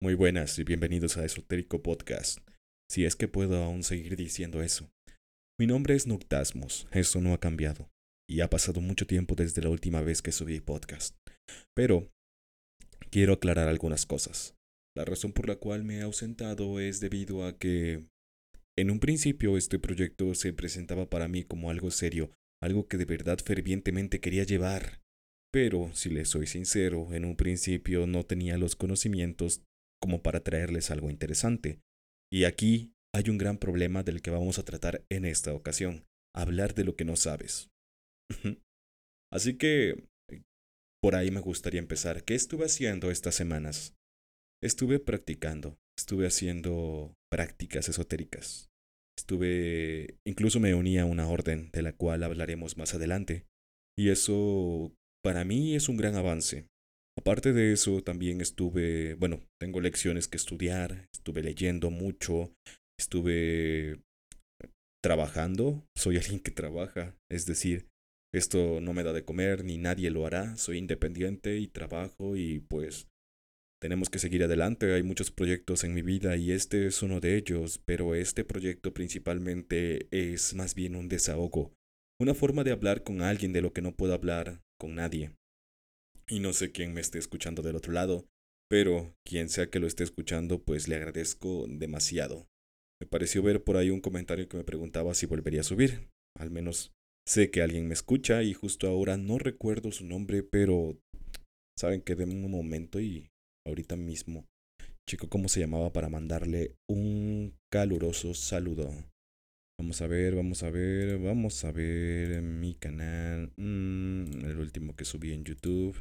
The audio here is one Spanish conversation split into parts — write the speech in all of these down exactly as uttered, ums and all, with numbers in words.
Muy buenas y bienvenidos a Esotérico Podcast, si es que puedo aún seguir diciendo eso. Mi nombre es Noctasmos, eso no ha cambiado, y ha pasado mucho tiempo desde la última vez que subí podcast. Pero quiero aclarar algunas cosas. La razón por la cual me he ausentado es debido a que, en un principio, este proyecto se presentaba para mí como algo serio, algo que de verdad fervientemente quería llevar. Pero, si les soy sincero, en un principio no tenía los conocimientos como para traerles algo interesante. Y aquí hay un gran problema del que vamos a tratar en esta ocasión, hablar de lo que no sabes. Así que, por ahí me gustaría empezar. ¿Qué estuve haciendo estas semanas? Estuve practicando, estuve haciendo prácticas esotéricas. Estuve, incluso me uní a una orden de la cual hablaremos más adelante. Y eso para mí es un gran avance. Aparte de eso, también estuve, bueno, tengo lecciones que estudiar, estuve leyendo mucho, estuve trabajando, soy alguien que trabaja, es decir, esto no me da de comer ni nadie lo hará, soy independiente y trabajo y pues tenemos que seguir adelante, hay muchos proyectos en mi vida y este es uno de ellos, pero este proyecto principalmente es más bien un desahogo, una forma de hablar con alguien de lo que no puedo hablar con nadie. Y no sé quién me esté escuchando del otro lado, pero quien sea que lo esté escuchando, pues le agradezco demasiado. Me pareció ver por ahí un comentario que me preguntaba si volvería a subir. Al menos sé que alguien me escucha y justo ahora no recuerdo su nombre, pero saben que denme un momento y ahorita mismo chico cómo se llamaba para mandarle un caluroso saludo. Vamos a ver, vamos a ver, vamos a ver mi canal, mm, el último que subí en YouTube.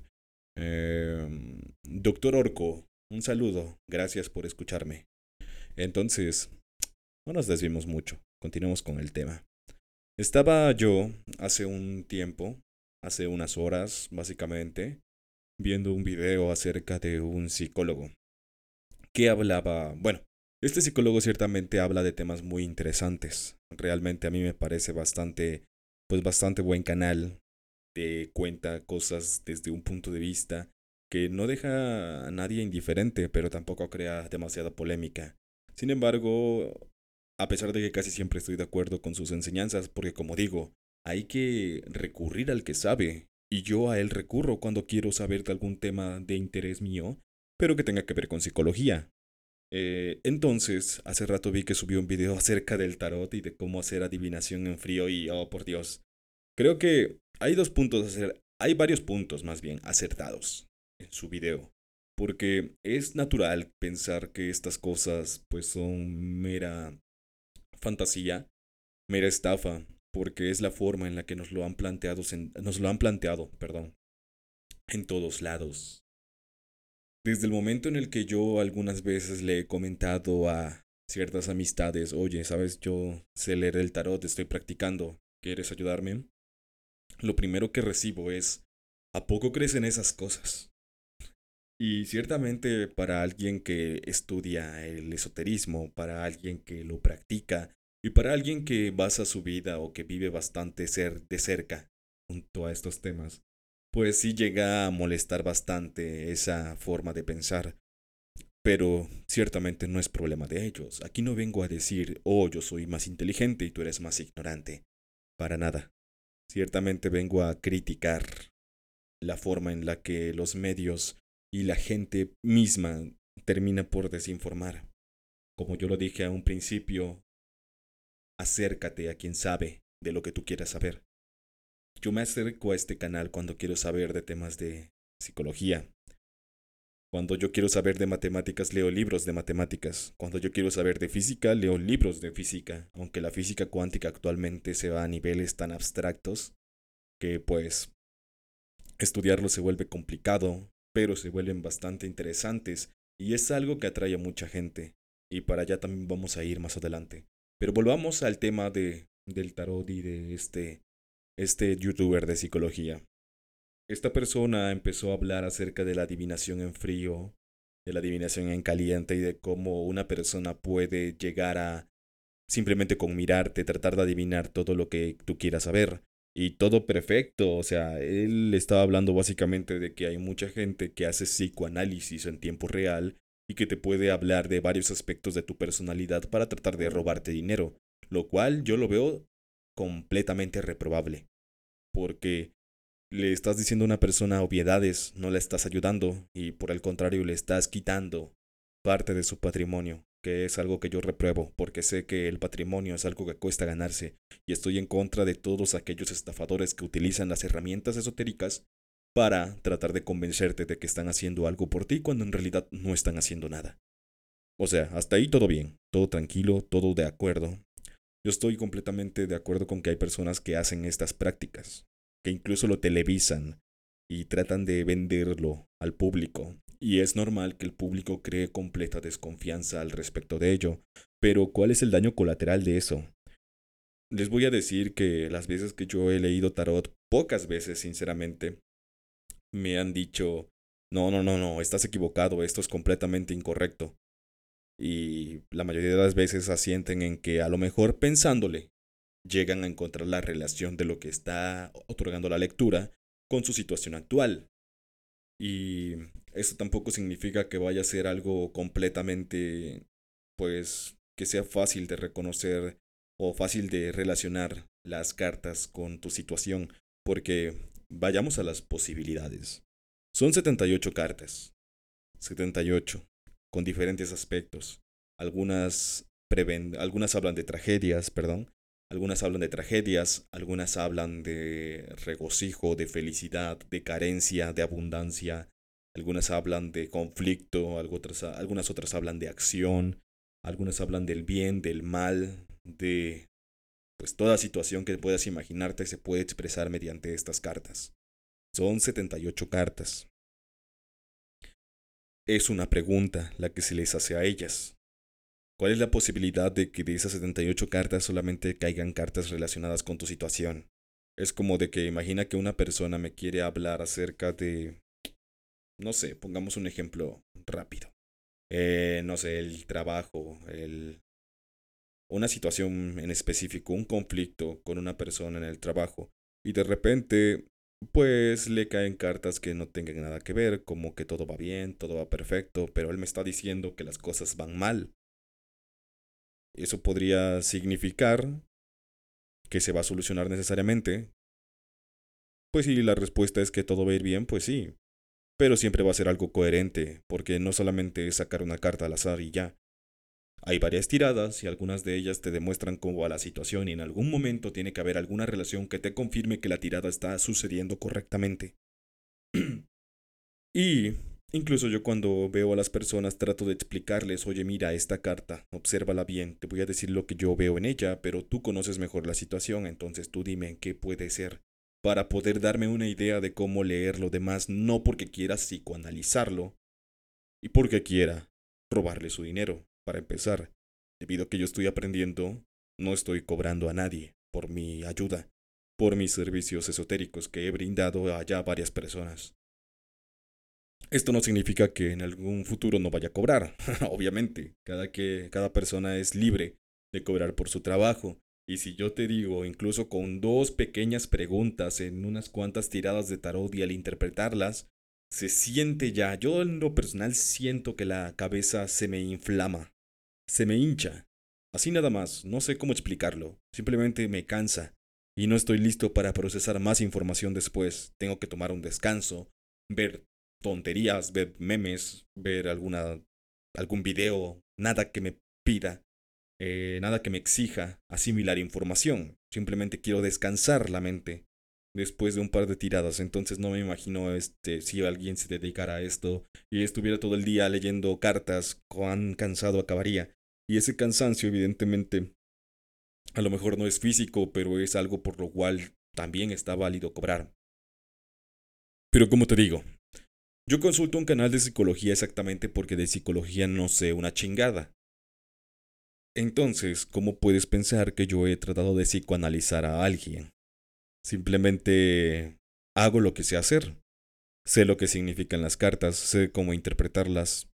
Eh, Doctor Orco, un saludo, gracias por escucharme. Entonces, no nos desviemos mucho, continuemos con el tema. Estaba yo hace un tiempo, hace unas horas básicamente, viendo un video acerca de un psicólogo que hablaba, bueno, este psicólogo ciertamente habla de temas muy interesantes. Realmente a mí me parece bastante, pues bastante buen canal. Te cuenta cosas desde un punto de vista que no deja a nadie indiferente, pero tampoco crea demasiada polémica. Sin embargo, a pesar de que casi siempre estoy de acuerdo con sus enseñanzas, porque como digo, hay que recurrir al que sabe, y yo a él recurro cuando quiero saber de algún tema de interés mío, pero que tenga que ver con psicología. Eh, entonces, hace rato vi que subió un video acerca del tarot y de cómo hacer adivinación en frío y, oh, por Dios, creo que hay dos puntos, acer- hay varios puntos más bien acertados en su video. Porque es natural pensar que estas cosas pues son mera fantasía, mera estafa, porque es la forma en la que nos lo han planteado, nos lo han planteado, perdón, en todos lados. Desde el momento en el que yo algunas veces le he comentado a ciertas amistades, oye, sabes, yo sé leer el tarot, estoy practicando, ¿quieres ayudarme? Lo primero que recibo es, ¿a poco crees en esas cosas? Y ciertamente para alguien que estudia el esoterismo, para alguien que lo practica y para alguien que basa su vida o que vive bastante ser de cerca junto a estos temas, pues sí llega a molestar bastante esa forma de pensar. Pero ciertamente no es problema de ellos. Aquí no vengo a decir, oh, yo soy más inteligente y tú eres más ignorante. Para nada. Ciertamente vengo a criticar la forma en la que los medios y la gente misma termina por desinformar. Como yo lo dije a un principio, acércate a quien sabe de lo que tú quieras saber. Yo me acerco a este canal cuando quiero saber de temas de psicología. Cuando yo quiero saber de matemáticas, leo libros de matemáticas. Cuando yo quiero saber de física, leo libros de física. Aunque la física cuántica actualmente se va a niveles tan abstractos que pues estudiarlo se vuelve complicado, pero se vuelven bastante interesantes y es algo que atrae a mucha gente. Y para allá también vamos a ir más adelante. Pero volvamos al tema de, del tarot y de este, este youtuber de psicología. Esta persona empezó a hablar acerca de la adivinación en frío, de la adivinación en caliente y de cómo una persona puede llegar a simplemente con mirarte, tratar de adivinar todo lo que tú quieras saber. Y todo perfecto, o sea, él estaba hablando básicamente de que hay mucha gente que hace psicoanálisis en tiempo real y que te puede hablar de varios aspectos de tu personalidad para tratar de robarte dinero, lo cual yo lo veo completamente reprobable, porque le estás diciendo a una persona obviedades, no le estás ayudando y por el contrario le estás quitando parte de su patrimonio, que es algo que yo repruebo, porque sé que el patrimonio es algo que cuesta ganarse y estoy en contra de todos aquellos estafadores que utilizan las herramientas esotéricas para tratar de convencerte de que están haciendo algo por ti cuando en realidad no están haciendo nada. O sea, hasta ahí todo bien, todo tranquilo, todo de acuerdo. Yo estoy completamente de acuerdo con que hay personas que hacen estas prácticas, que incluso lo televisan y tratan de venderlo al público. Y es normal que el público cree completa desconfianza al respecto de ello. Pero ¿cuál es el daño colateral de eso? Les voy a decir que las veces que yo he leído tarot, pocas veces sinceramente, me han dicho, no, no, no, no, estás equivocado, esto es completamente incorrecto. Y la mayoría de las veces asienten en que a lo mejor pensándole, llegan a encontrar la relación de lo que está otorgando la lectura con su situación actual. Y eso tampoco significa que vaya a ser algo completamente, pues, que sea fácil de reconocer o fácil de relacionar las cartas con tu situación, porque vayamos a las posibilidades. Son setenta y ocho cartas, setenta y ocho, con diferentes aspectos. Algunas preven, algunas hablan de tragedias, perdón, algunas hablan de tragedias, algunas hablan de regocijo, de felicidad, de carencia, de abundancia, algunas hablan de conflicto, algunas otras hablan de acción, algunas hablan del bien, del mal, de pues toda situación que puedas imaginarte se puede expresar mediante estas cartas. Son setenta y ocho cartas. Es una pregunta la que se les hace a ellas. ¿Cuál es la posibilidad de que de esas setenta y ocho cartas solamente caigan cartas relacionadas con tu situación? Es como de que imagina que una persona me quiere hablar acerca de, no sé, pongamos un ejemplo rápido. Eh, no sé, el trabajo, el, una situación en específico, un conflicto con una persona en el trabajo. Y de repente, pues le caen cartas que no tengan nada que ver, como que todo va bien, todo va perfecto, pero él me está diciendo que las cosas van mal. Eso podría significar que se va a solucionar necesariamente. Pues si la respuesta es que todo va a ir bien, pues sí. Pero siempre va a ser algo coherente, porque no solamente es sacar una carta al azar y ya. Hay varias tiradas y algunas de ellas te demuestran cómo va la situación y en algún momento tiene que haber alguna relación que te confirme que la tirada está sucediendo correctamente. Y incluso yo cuando veo a las personas trato de explicarles, oye mira, esta carta, obsérvala bien, te voy a decir lo que yo veo en ella, pero tú conoces mejor la situación, entonces tú dime qué puede ser, para poder darme una idea de cómo leer lo demás, no porque quiera psicoanalizarlo y porque quiera robarle su dinero, para empezar, debido a que yo estoy aprendiendo, no estoy cobrando a nadie por mi ayuda, por mis servicios esotéricos que he brindado a ya varias personas. Esto no significa que en algún futuro no vaya a cobrar, obviamente. Cada, que, cada persona es libre de cobrar por su trabajo. Y si yo te digo, incluso con dos pequeñas preguntas en unas cuantas tiradas de tarot y al interpretarlas, se siente ya, yo en lo personal siento que la cabeza se me inflama, se me hincha. Así nada más, no sé cómo explicarlo, simplemente me cansa y no estoy listo para procesar más información después. Tengo que tomar un descanso, ver tonterías, ver memes, ver alguna algún video, nada que me pida, eh, nada que me exija asimilar información. Simplemente quiero descansar la mente después de un par de tiradas. Entonces no me imagino este si alguien se dedicara a esto y estuviera todo el día leyendo cartas, cuán cansado acabaría. Y ese cansancio, evidentemente, a lo mejor no es físico, pero es algo por lo cual también está válido cobrar. Pero como te digo, yo consulto un canal de psicología exactamente porque de psicología no sé una chingada. Entonces, ¿cómo puedes pensar que yo he tratado de psicoanalizar a alguien? Simplemente hago lo que sé hacer. Sé lo que significan las cartas, sé cómo interpretarlas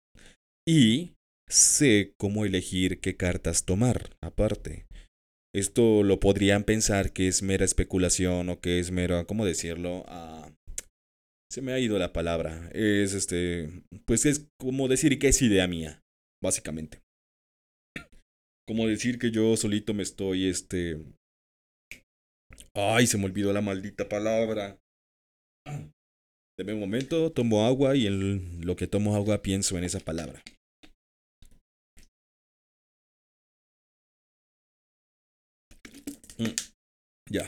y sé cómo elegir qué cartas tomar, aparte. Esto lo podrían pensar que es mera especulación o que es mera, ¿cómo decirlo? Uh, Se me ha ido la palabra. Es este. Pues es como decir que es idea mía, básicamente. Como decir que yo solito me estoy, este. Ay, se me olvidó la maldita palabra. Deme un momento, tomo agua y en lo que tomo agua pienso en esa palabra. Mm, ya.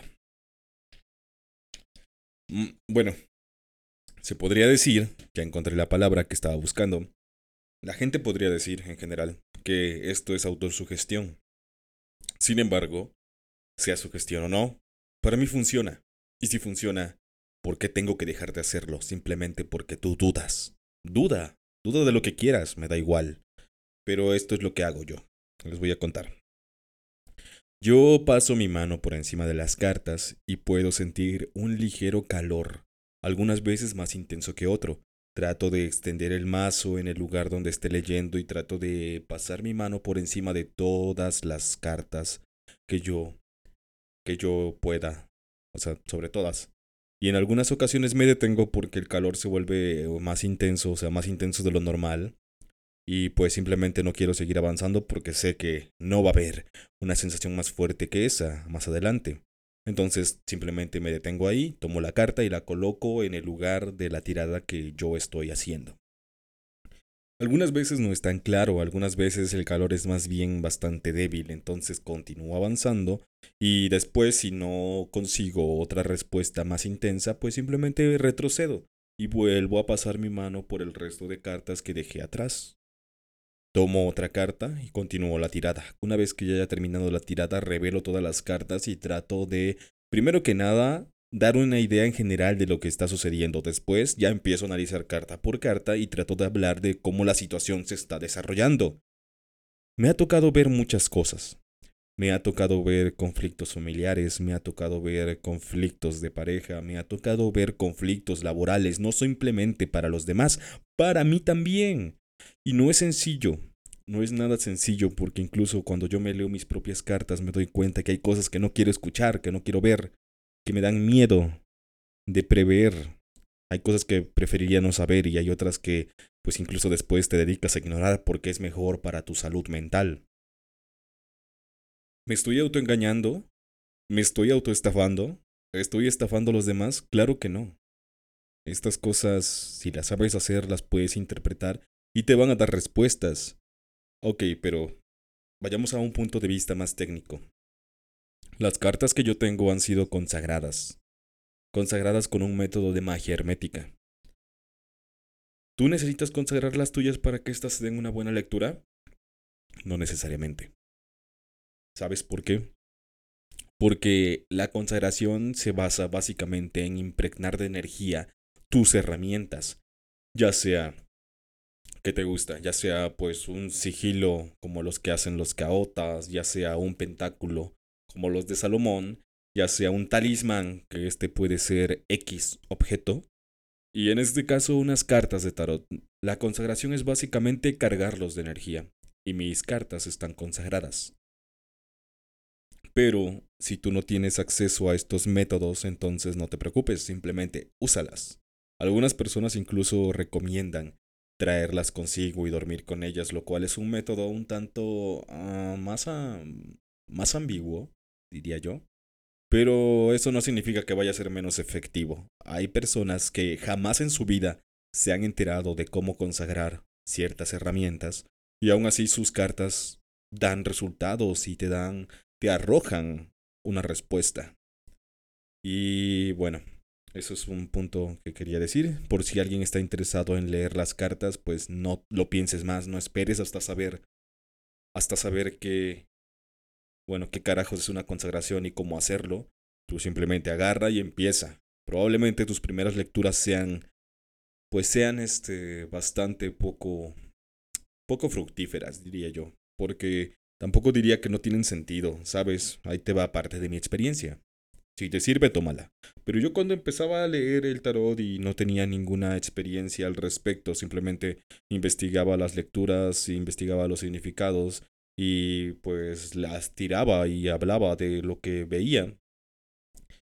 Mm, bueno, se podría decir, ya encontré la palabra que estaba buscando. La gente podría decir, en general, que esto es autosugestión. Sin embargo, sea sugestión o no, para mí funciona. Y si funciona, ¿por qué tengo que dejar de hacerlo? Simplemente porque tú dudas. Duda. Duda de lo que quieras, me da igual. Pero esto es lo que hago yo. Les voy a contar. Yo paso mi mano por encima de las cartas y puedo sentir un ligero calor, algunas veces más intenso que otro. Trato de extender el mazo en el lugar donde esté leyendo y trato de pasar mi mano por encima de todas las cartas que yo que yo pueda, o sea, sobre todas. Y en algunas ocasiones me detengo porque el calor se vuelve más intenso, o sea, más intenso de lo normal. Y pues simplemente no quiero seguir avanzando porque sé que no va a haber una sensación más fuerte que esa más adelante. Entonces simplemente me detengo ahí, tomo la carta y la coloco en el lugar de la tirada que yo estoy haciendo. Algunas veces no es tan claro, algunas veces el calor es más bien bastante débil, entonces continúo avanzando y después si no consigo otra respuesta más intensa, pues simplemente retrocedo y vuelvo a pasar mi mano por el resto de cartas que dejé atrás. Tomo otra carta y continúo la tirada. Una vez que ya haya terminado la tirada, revelo todas las cartas y trato de, primero que nada, dar una idea en general de lo que está sucediendo. Después ya empiezo a analizar carta por carta y trato de hablar de cómo la situación se está desarrollando. Me ha tocado ver muchas cosas. Me ha tocado ver conflictos familiares, me ha tocado ver conflictos de pareja, me ha tocado ver conflictos laborales, no simplemente para los demás, para mí también. Y no es sencillo, no es nada sencillo porque incluso cuando yo me leo mis propias cartas me doy cuenta que hay cosas que no quiero escuchar, que no quiero ver, que me dan miedo de prever. Hay cosas que preferiría no saber y hay otras que pues incluso después te dedicas a ignorar porque es mejor para tu salud mental. ¿Me estoy autoengañando? ¿Me estoy autoestafando? ¿Estoy estafando a los demás? Claro que no. Estas cosas, si las sabes hacer, las puedes interpretar y te van a dar respuestas. Ok, pero vayamos a un punto de vista más técnico. Las cartas que yo tengo han sido consagradas. Consagradas con un método de magia hermética. ¿Tú necesitas consagrar las tuyas para que éstas den una buena lectura? No necesariamente. ¿Sabes por qué? Porque la consagración se basa básicamente en impregnar de energía tus herramientas, ya sea que te gusta, ya sea pues un sigilo como los que hacen los caotas, ya sea un pentáculo como los de Salomón, ya sea un talismán, que este puede ser X objeto, y en este caso unas cartas de tarot. La consagración es básicamente cargarlos de energía, y mis cartas están consagradas. Pero si tú no tienes acceso a estos métodos, entonces no te preocupes, simplemente úsalas. Algunas personas incluso recomiendan traerlas consigo y dormir con ellas, lo cual es un método un tanto uh, más, uh, más ambiguo, diría yo. Pero eso no significa que vaya a ser menos efectivo. Hay personas que jamás en su vida se han enterado de cómo consagrar ciertas herramientas y aún así sus cartas dan resultados y te dan te arrojan una respuesta. Y bueno, eso es un punto que quería decir. Por si alguien está interesado en leer las cartas, pues no lo pienses más, no esperes hasta saber, hasta saber qué, bueno, qué carajos es una consagración y cómo hacerlo. Tú simplemente agarra y empieza. Probablemente tus primeras lecturas sean, pues sean este, bastante poco, poco fructíferas, diría yo. Porque tampoco diría que no tienen sentido, ¿sabes? Ahí te va parte de mi experiencia. Si te sirve, tómala. Pero yo cuando empezaba a leer el tarot y no tenía ninguna experiencia al respecto, simplemente investigaba las lecturas, investigaba los significados y pues las tiraba y hablaba de lo que veía.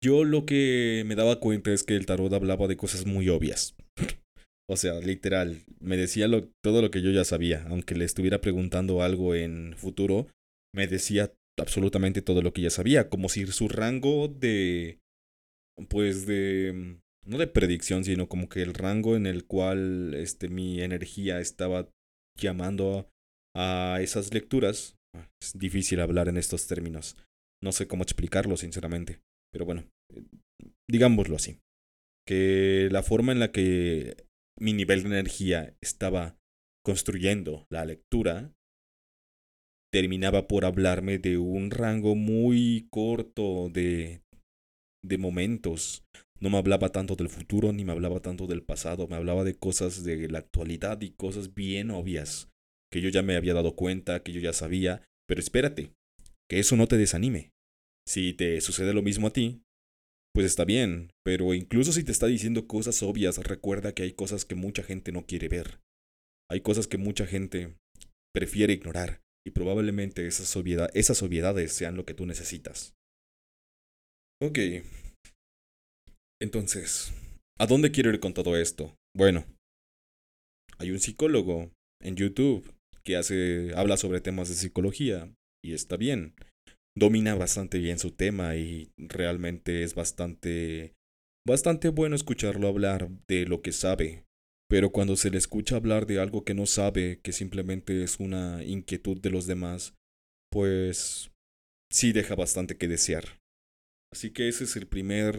Yo lo que me daba cuenta es que el tarot hablaba de cosas muy obvias. O sea, literal, me decía lo, todo lo que yo ya sabía. Aunque le estuviera preguntando algo en futuro, me decía absolutamente todo lo que ya sabía. Como si su rango de... Pues de... No de predicción, sino como que el rango en el cual este, mi energía estaba llamando a esas lecturas. Es difícil hablar en estos términos. No sé cómo explicarlo, sinceramente. Pero bueno, digámoslo así. Que la forma en la que mi nivel de energía estaba construyendo la lectura terminaba por hablarme de un rango muy corto de, de momentos. No me hablaba tanto del futuro ni me hablaba tanto del pasado, me hablaba de cosas de la actualidad y cosas bien obvias que yo ya me había dado cuenta, que yo ya sabía, pero espérate, que eso no te desanime. Si te sucede lo mismo a ti, pues está bien, pero incluso si te está diciendo cosas obvias, recuerda que hay cosas que mucha gente no quiere ver. Hay cosas que mucha gente prefiere ignorar y probablemente esas, obviedad esas obviedades sean lo que tú necesitas. Ok, entonces, ¿a dónde quiero ir con todo esto? Bueno, hay un psicólogo en YouTube que hace, habla sobre temas de psicología y está bien. Domina bastante bien su tema y realmente es bastante, bastante bueno escucharlo hablar de lo que sabe. Pero cuando se le escucha hablar de algo que no sabe, que simplemente es una inquietud de los demás, pues sí deja bastante que desear. Así que ese es el primer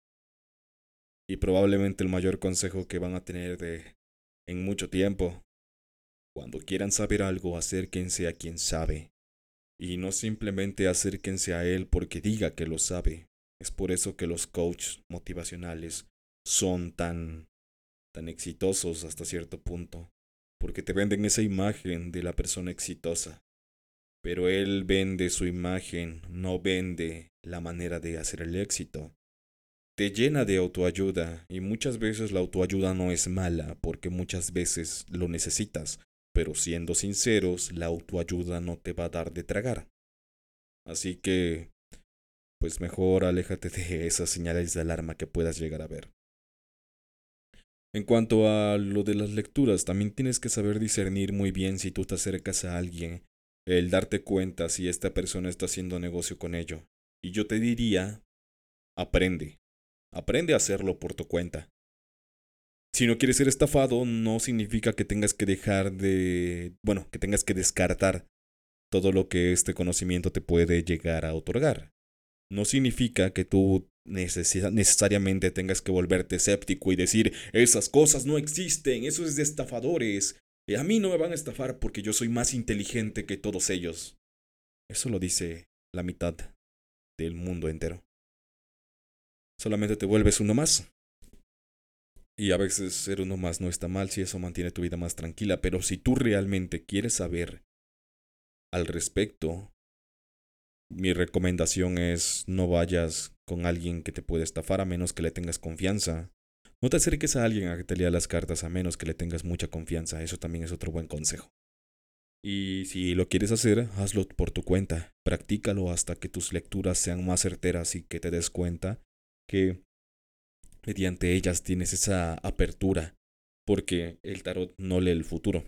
y probablemente el mayor consejo que van a tener de en mucho tiempo. Cuando quieran saber algo, acérquense a quien sabe. Y no simplemente acérquense a él porque diga que lo sabe. Es por eso que los coaches motivacionales son tan, tan exitosos hasta cierto punto. Porque te venden esa imagen de la persona exitosa. Pero él vende su imagen, no vende la manera de hacer el éxito. Te llena de autoayuda y muchas veces la autoayuda no es mala porque muchas veces lo necesitas. Pero siendo sinceros, la autoayuda no te va a dar de tragar. Así que, pues mejor aléjate de esas señales de alarma que puedas llegar a ver. En cuanto a lo de las lecturas, también tienes que saber discernir muy bien si tú te acercas a alguien, el darte cuenta si esta persona está haciendo negocio con ello. Y yo te diría, aprende, aprende a hacerlo por tu cuenta. Si no quieres ser estafado, no significa que tengas que dejar de, bueno, que tengas que descartar todo lo que este conocimiento te puede llegar a otorgar. No significa que tú neces- necesariamente tengas que volverte escéptico y decir, esas cosas no existen, eso es de estafadores. Y a mí no me van a estafar porque yo soy más inteligente que todos ellos. Eso lo dice la mitad del mundo entero. Solamente te vuelves uno más. Y a veces ser uno más no está mal si eso mantiene tu vida más tranquila, pero si tú realmente quieres saber al respecto, mi recomendación es no vayas con alguien que te puede estafar a menos que le tengas confianza. No te acerques a alguien a que te lea las cartas a menos que le tengas mucha confianza. Eso también es otro buen consejo. Y si lo quieres hacer, hazlo por tu cuenta. Practícalo hasta que tus lecturas sean más certeras y que te des cuenta que mediante ellas tienes esa apertura. Porque el tarot no lee el futuro.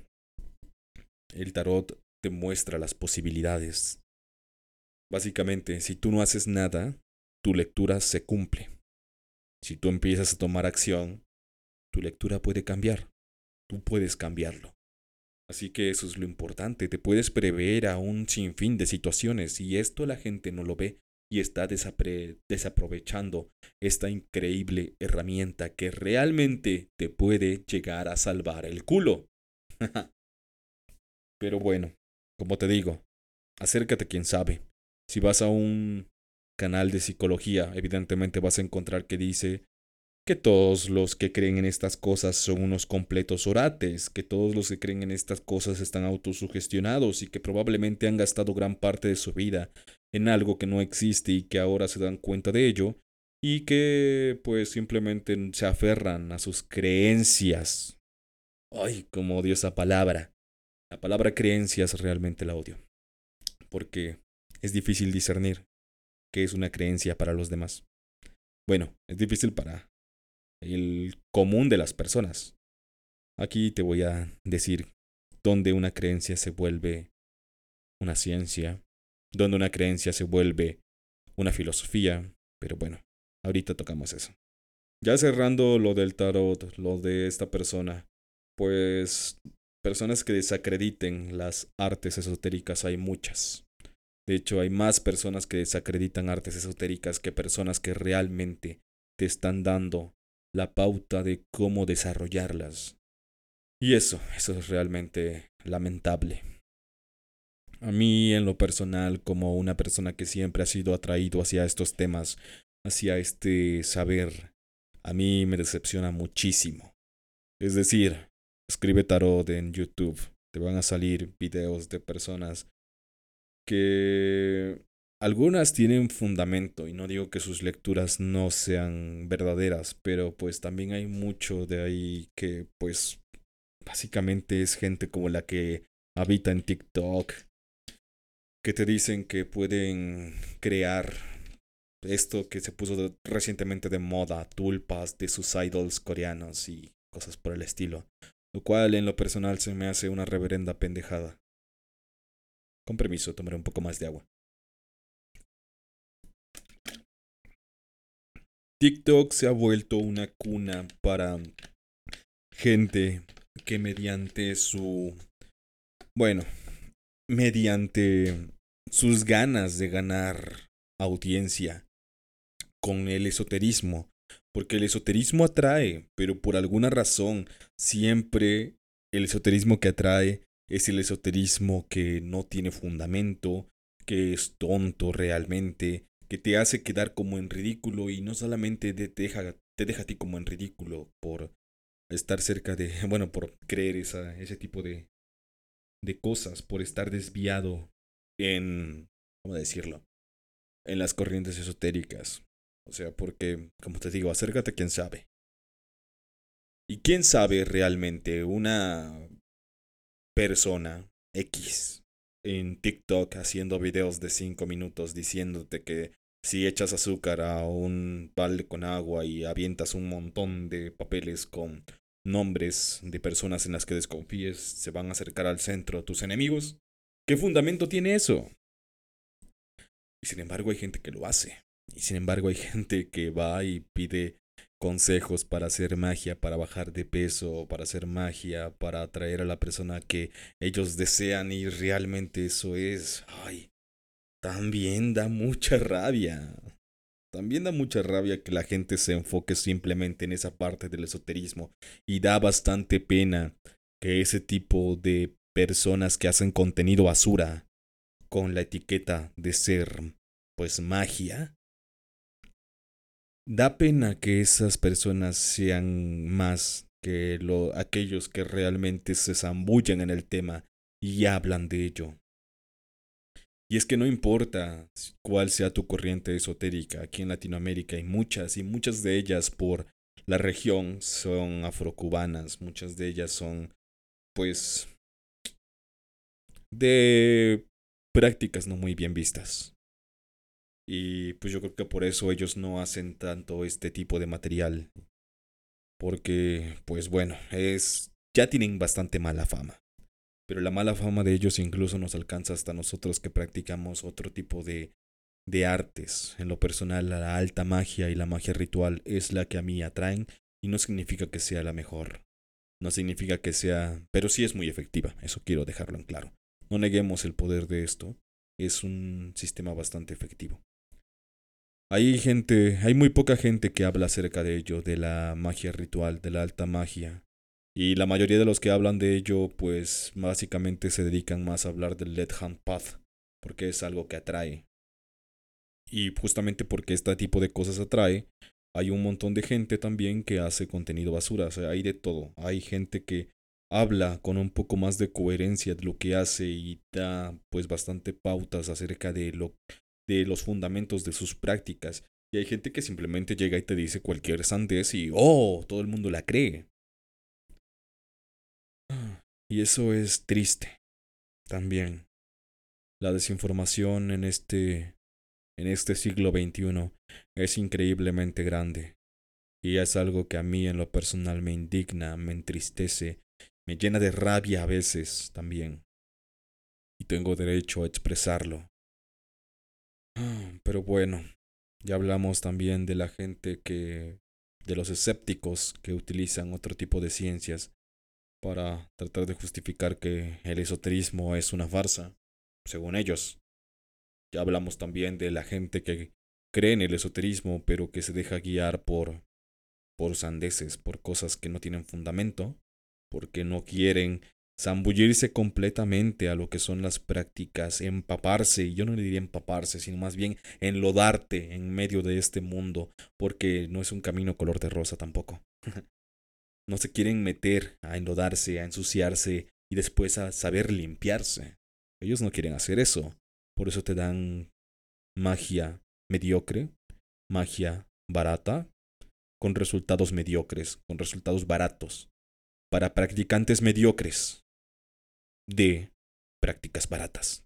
El tarot te muestra las posibilidades. Básicamente, si tú no haces nada, tu lectura se cumple. Si tú empiezas a tomar acción, tu lectura puede cambiar. Tú puedes cambiarlo. Así que eso es lo importante. Te puedes prever a un sinfín de situaciones y esto la gente no lo ve y está desapre- desaprovechando esta increíble herramienta que realmente te puede llegar a salvar el culo. Pero bueno, como te digo, acércate a quien sabe. Si vas a un canal de psicología, evidentemente vas a encontrar que dice que todos los que creen en estas cosas son unos completos orates, que todos los que creen en estas cosas están autosugestionados y que probablemente han gastado gran parte de su vida en algo que no existe y que ahora se dan cuenta de ello y que pues simplemente se aferran a sus creencias. Ay, como odio esa palabra. La palabra creencias realmente la odio, porque es difícil discernir qué es una creencia para los demás. bueno, es difícil para el común de las personas. Aquí te voy a decir dónde una creencia se vuelve una ciencia, dónde una creencia se vuelve una filosofía, pero bueno, ahorita tocamos eso. Ya cerrando lo del tarot, lo de esta persona, pues personas que desacrediten las artes esotéricas hay muchas. De hecho, hay más personas que desacreditan artes esotéricas que personas que realmente te están dando la pauta de cómo desarrollarlas. Y eso, eso es realmente lamentable. A mí, en lo personal, como una persona que siempre ha sido atraído hacia estos temas, hacia este saber, a mí me decepciona muchísimo. Es decir, escribe tarot en YouTube, te van a salir videos de personas que algunas tienen fundamento, y no digo que sus lecturas no sean verdaderas, pero pues también hay mucho de ahí que pues básicamente es gente como la que habita en TikTok, que te dicen que pueden crear esto que se puso de- recientemente de moda, tulpas de sus idols coreanos y cosas por el estilo, lo cual en lo personal se me hace una reverenda pendejada. Con permiso, tomaré un poco más de agua. TikTok se ha vuelto una cuna para gente que mediante su, bueno, mediante sus ganas de ganar audiencia con el esoterismo, porque el esoterismo atrae, pero por alguna razón siempre el esoterismo que atrae es el esoterismo que no tiene fundamento, que es tonto realmente, que te hace quedar como en ridículo y no solamente te deja, te deja a ti como en ridículo por estar cerca de, bueno, por creer esa, ese tipo de, de cosas, por estar desviado en, ¿cómo decirlo? En las corrientes esotéricas. O sea, porque, como te digo, acércate a quien sabe. Y quién sabe realmente una persona X en TikTok haciendo videos de cinco minutos diciéndote que si echas azúcar a un balde con agua y avientas un montón de papeles con nombres de personas en las que desconfíes, se van a acercar al centro tus enemigos. ¿Qué fundamento tiene eso? Y sin embargo hay gente que lo hace. Y sin embargo hay gente que va y pide consejos para hacer magia, para bajar de peso, para hacer magia, para atraer a la persona que ellos desean y realmente eso es... Ay, también da mucha rabia. También da mucha rabia que la gente se enfoque simplemente en esa parte del esoterismo y da bastante pena que ese tipo de personas que hacen contenido basura con la etiqueta de ser pues magia. Da pena que esas personas sean más que lo, aquellos que realmente se zambullen en el tema y hablan de ello. Y es que no importa cuál sea tu corriente esotérica, aquí en Latinoamérica hay muchas y muchas de ellas por la región son afrocubanas, muchas de ellas son pues de prácticas no muy bien vistas. Y pues yo creo que por eso ellos no hacen tanto este tipo de material. Porque, pues bueno, es. Ya tienen bastante mala fama. Pero la mala fama de ellos incluso nos alcanza hasta nosotros que practicamos otro tipo de, de artes. En lo personal, la alta magia y la magia ritual es la que a mí atraen. Y no significa que sea la mejor. No significa que sea. Pero sí es muy efectiva. Eso quiero dejarlo en claro. No neguemos el poder de esto. Es un sistema bastante efectivo. Hay gente, hay muy poca gente que habla acerca de ello, de la magia ritual, de la alta magia. Y la mayoría de los que hablan de ello, pues básicamente se dedican más a hablar del Let Hand Path, porque es algo que atrae. Y justamente porque este tipo de cosas atrae, hay un montón de gente también que hace contenido basura. O sea, hay de todo. Hay gente que habla con un poco más de coherencia de lo que hace y da pues bastante pautas acerca de lo de los fundamentos de sus prácticas. Y hay gente que simplemente llega y te dice cualquier sandez y oh, todo el mundo la cree. Y eso es triste también. La desinformación en este en este siglo veintiuno es increíblemente grande. Y es algo que a mí en lo personal me indigna, me entristece, me llena de rabia a veces también. Y tengo derecho a expresarlo. Pero bueno, ya hablamos también de la gente que, de los escépticos que utilizan otro tipo de ciencias para tratar de justificar que el esoterismo es una farsa, según ellos. Ya hablamos también de la gente que cree en el esoterismo, pero que se deja guiar por, por sandeces, por cosas que no tienen fundamento, porque no quieren zambullirse completamente a lo que son las prácticas, empaparse, y yo no le diría empaparse, sino más bien enlodarte en medio de este mundo, porque no es un camino color de rosa tampoco. No se quieren meter a enlodarse, a ensuciarse y después a saber limpiarse. Ellos no quieren hacer eso. Por eso te dan magia mediocre, magia barata, con resultados mediocres, con resultados baratos, para practicantes mediocres de prácticas baratas.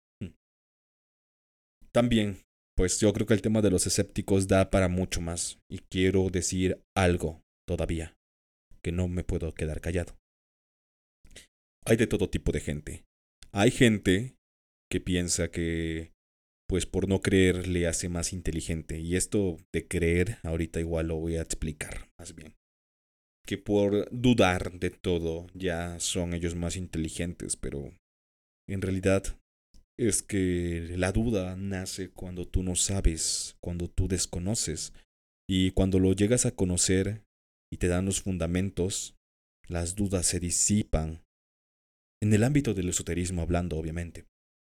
También, pues yo creo que el tema de los escépticos da para mucho más, y quiero decir algo todavía, que no me puedo quedar callado. Hay de todo tipo de gente. Hay gente que piensa que, pues por no creer, le hace más inteligente. Y esto de creer, ahorita igual lo voy a explicar más bien. Que por dudar de todo ya son ellos más inteligentes, pero en realidad es que la duda nace cuando tú no sabes, cuando tú desconoces. Y cuando lo llegas a conocer y te dan los fundamentos, las dudas se disipan. En el ámbito del esoterismo hablando, obviamente.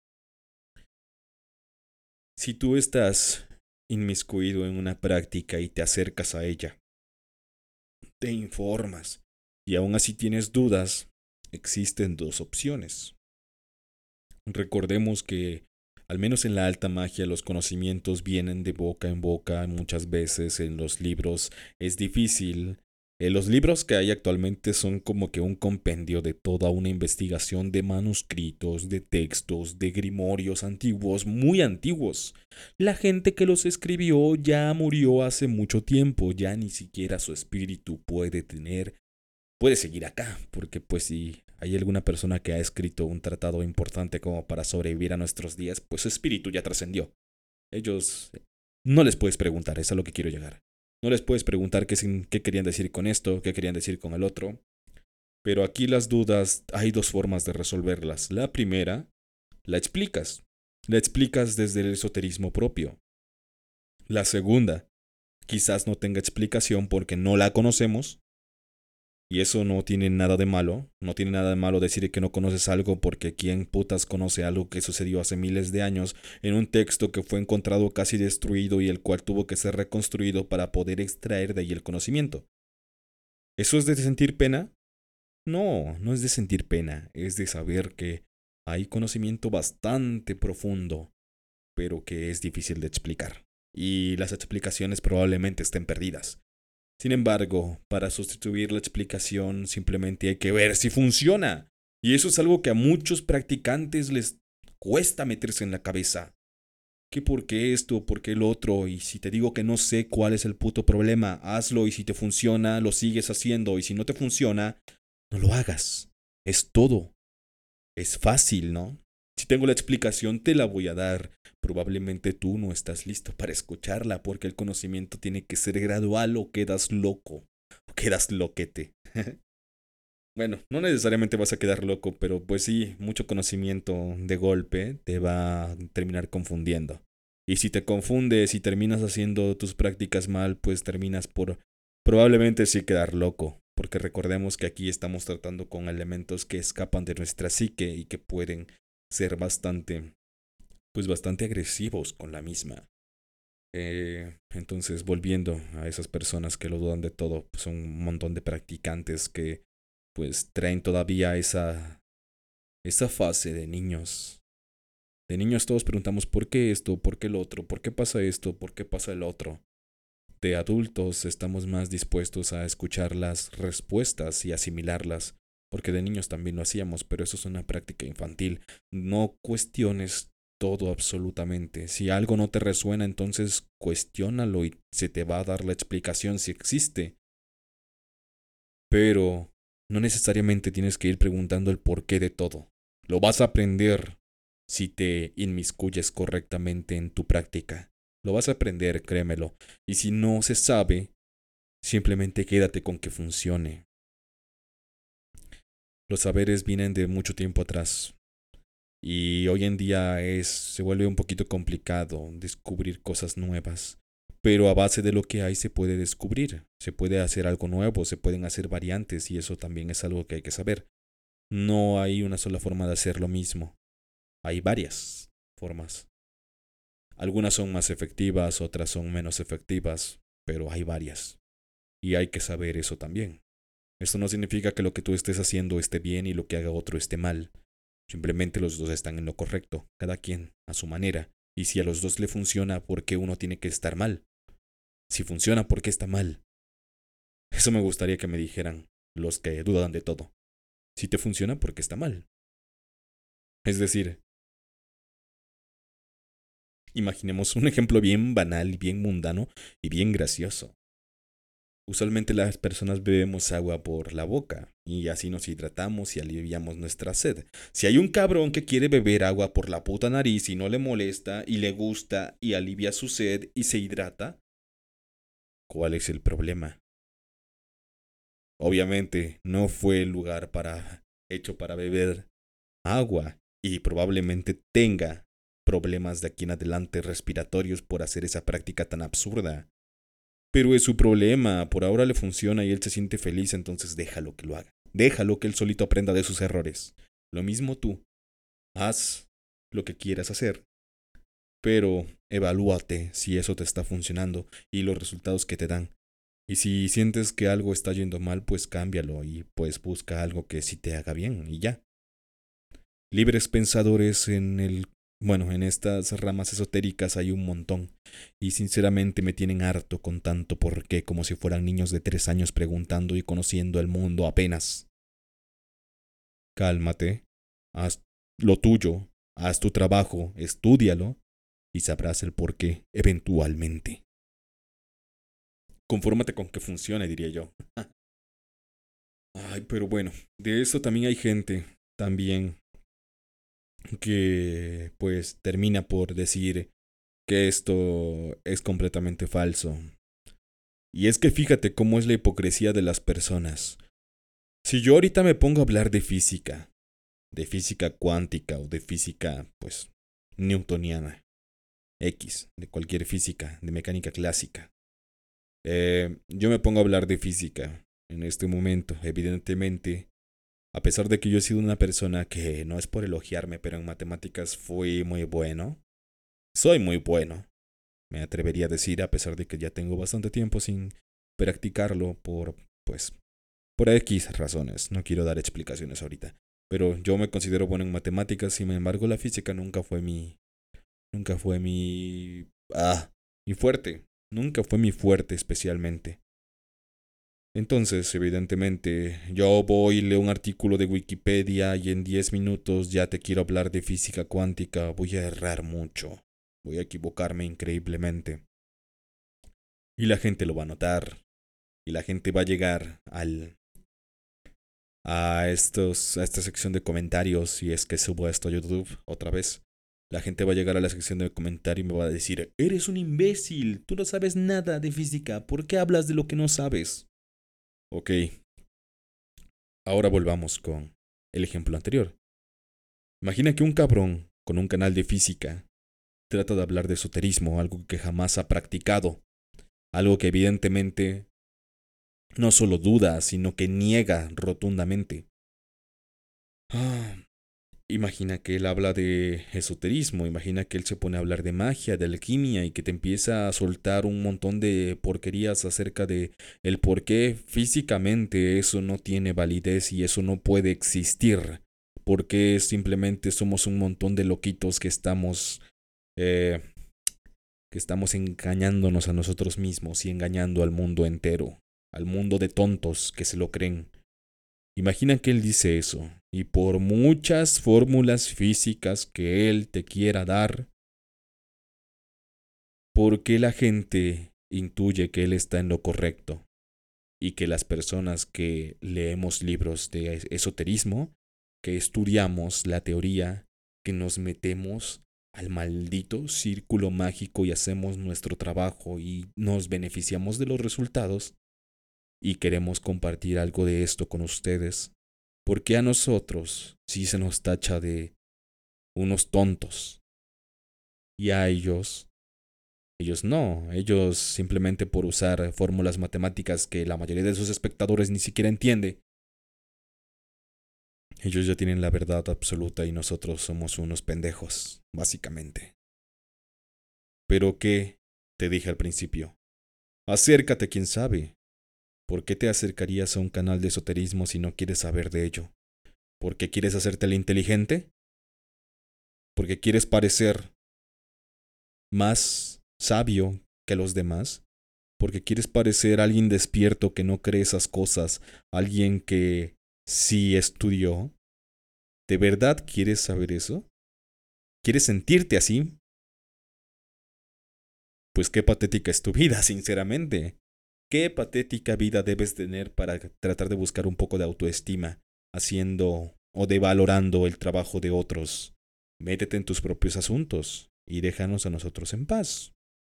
Si tú estás inmiscuido en una práctica y te acercas a ella, te informas y aún así tienes dudas, existen dos opciones. Recordemos que, al menos en la alta magia, los conocimientos vienen de boca en boca. Muchas veces en los libros es difícil. Eh, los libros que hay actualmente son como que un compendio de toda una investigación de manuscritos, de textos, de grimorios antiguos, muy antiguos. La gente que los escribió ya murió hace mucho tiempo, ya ni siquiera su espíritu puede tener, puede seguir acá, porque pues si hay alguna persona que ha escrito un tratado importante como para sobrevivir a nuestros días, pues su espíritu ya trascendió. Ellos no les puedes preguntar, es a lo que quiero llegar. No les puedes preguntar qué, qué querían decir con esto, qué querían decir con el otro. Pero aquí las dudas, hay dos formas de resolverlas. La primera, la explicas. La explicas desde el esoterismo propio. La segunda, quizás no tenga explicación porque no la conocemos. Y eso no tiene nada de malo. No tiene nada de malo decir que no conoces algo, porque ¿quién putas conoce algo que sucedió hace miles de años en un texto que fue encontrado casi destruido y el cual tuvo que ser reconstruido para poder extraer de ahí el conocimiento? ¿Eso es de sentir pena? No, no es de sentir pena. Es de saber que hay conocimiento bastante profundo, pero que es difícil de explicar. Y las explicaciones probablemente estén perdidas. Sin embargo, para sustituir la explicación simplemente hay que ver si funciona. Y eso es algo que a muchos practicantes les cuesta meterse en la cabeza. ¿Qué por qué esto? ¿Por qué el otro? Y si te digo que no sé cuál es el puto problema, hazlo, y si te funciona, lo sigues haciendo, y si no te funciona, no lo hagas. Es todo. Es fácil, ¿no? Si tengo la explicación, te la voy a dar. Probablemente tú no estás listo para escucharla, porque el conocimiento tiene que ser gradual o quedas loco, o quedas loquete. Bueno, no necesariamente vas a quedar loco, pero pues sí, mucho conocimiento de golpe te va a terminar confundiendo. Y si te confundes y terminas haciendo tus prácticas mal, pues terminas por probablemente sí quedar loco, porque recordemos que aquí estamos tratando con elementos que escapan de nuestra psique y que pueden ser bastante, pues bastante agresivos con la misma. Eh, entonces, volviendo a esas personas que lo dudan de todo, pues son un montón de practicantes que pues traen todavía esa, esa fase de niños. De niños todos preguntamos por qué esto, por qué el otro, por qué pasa esto, por qué pasa el otro. De adultos estamos más dispuestos a escuchar las respuestas y asimilarlas, porque de niños también lo hacíamos, pero eso es una práctica infantil. No cuestiones todo absolutamente. Si algo no te resuena, entonces cuestiónalo y se te va a dar la explicación si existe. Pero no necesariamente tienes que ir preguntando el porqué de todo. Lo vas a aprender si te inmiscuyes correctamente en tu práctica. Lo vas a aprender, créemelo. Y si no se sabe, simplemente quédate con que funcione. Los saberes vienen de mucho tiempo atrás. Y hoy en día es, se vuelve un poquito complicado descubrir cosas nuevas. Pero a base de lo que hay se puede descubrir. Se puede hacer algo nuevo, se pueden hacer variantes y eso también es algo que hay que saber. No hay una sola forma de hacer lo mismo. Hay varias formas. Algunas son más efectivas, otras son menos efectivas, pero hay varias. Y hay que saber eso también. Esto no significa que lo que tú estés haciendo esté bien y lo que haga otro esté mal. Simplemente los dos están en lo correcto, cada quien a su manera. Y si a los dos le funciona, ¿por qué uno tiene que estar mal? Si funciona, ¿por qué está mal? Eso me gustaría que me dijeran los que dudan de todo. Si te funciona, ¿por qué está mal? Es decir, imaginemos un ejemplo bien banal, bien mundano y bien gracioso. Usualmente las personas bebemos agua por la boca y así nos hidratamos y aliviamos nuestra sed. Si hay un cabrón que quiere beber agua por la puta nariz y no le molesta y le gusta y alivia su sed y se hidrata, ¿cuál es el problema? Obviamente no fue el lugar para hecho para beber agua y probablemente tenga problemas de aquí en adelante respiratorios por hacer esa práctica tan absurda. Pero es su problema, por ahora le funciona y él se siente feliz, entonces déjalo que lo haga. Déjalo que él solito aprenda de sus errores. Lo mismo tú. Haz lo que quieras hacer, pero evalúate si eso te está funcionando y los resultados que te dan. Y si sientes que algo está yendo mal, pues cámbialo y pues busca algo que sí te haga bien y ya. Libres pensadores en el bueno, en estas ramas esotéricas hay un montón, y sinceramente me tienen harto con tanto por qué, como si fueran niños de tres años preguntando y conociendo el mundo apenas. Cálmate, haz lo tuyo, haz tu trabajo, estúdialo, y sabrás el por qué eventualmente. Confórmate con que funcione, diría yo. Ay, pero bueno, de eso también hay gente, también, que pues termina por decir que esto es completamente falso. Y es que fíjate cómo es la hipocresía de las personas. Si yo ahorita me pongo a hablar de física, de física cuántica o de física, pues, newtoniana, X, de cualquier física, de mecánica clásica, eh, yo me pongo a hablar de física en este momento, evidentemente, a pesar de que yo he sido una persona que no es por elogiarme, pero en matemáticas fui muy bueno, soy muy bueno, me atrevería a decir, a pesar de que ya tengo bastante tiempo sin practicarlo por, pues, por X razones. No quiero dar explicaciones ahorita. Pero yo me considero bueno en matemáticas, sin embargo la física nunca fue mi... Nunca fue mi... Ah, mi fuerte. Nunca fue mi fuerte especialmente. Entonces, evidentemente, yo voy, leo un artículo de Wikipedia y en diez minutos ya te quiero hablar de física cuántica. Voy a errar mucho. Voy a equivocarme increíblemente. Y la gente lo va a notar. Y la gente va a llegar al a estos a esta sección de comentarios, si es que subo esto a YouTube otra vez. La gente va a llegar a la sección de comentarios y me va a decir: "Eres un imbécil, tú no sabes nada de física, ¿por qué hablas de lo que no sabes?" Ok, ahora volvamos con el ejemplo anterior. Imagina que un cabrón con un canal de física trata de hablar de esoterismo, algo que jamás ha practicado, algo que evidentemente no solo duda, sino que niega rotundamente. Ah, imagina que él habla de esoterismo, imagina que él se pone a hablar de magia, de alquimia y que te empieza a soltar un montón de porquerías acerca de el por qué físicamente eso no tiene validez y eso no puede existir. Porque simplemente somos un montón de loquitos que estamos eh, que estamos engañándonos a nosotros mismos y engañando al mundo entero, al mundo de tontos que se lo creen. Imagina que él dice eso, Y por muchas fórmulas físicas que él te quiera dar, ¿por qué la gente intuye que él está en lo correcto? Y que las personas que leemos libros de esoterismo, que estudiamos la teoría, que nos metemos al maldito círculo mágico y hacemos nuestro trabajo y nos beneficiamos de los resultados y queremos compartir algo de esto con ustedes? ¿Por qué a nosotros sí se nos tacha de unos tontos y a ellos, ellos no? Ellos simplemente por usar fórmulas matemáticas que la mayoría de sus espectadores ni siquiera entiende, ellos ya tienen la verdad absoluta y nosotros somos unos pendejos, básicamente. ¿Pero qué? Te dije al principio. Acércate, quién sabe. ¿Por qué te acercarías a un canal de esoterismo si no quieres saber de ello? ¿Por qué quieres hacerte el inteligente? ¿Porque quieres parecer más sabio que los demás? ¿Porque quieres parecer alguien despierto que no cree esas cosas? ¿Alguien que sí estudió? ¿De verdad quieres saber eso? ¿Quieres sentirte así? Pues qué patética es tu vida, sinceramente. ¿Qué patética vida debes tener para tratar de buscar un poco de autoestima, haciendo o devalorando el trabajo de otros? Métete en tus propios asuntos y déjanos a nosotros en paz.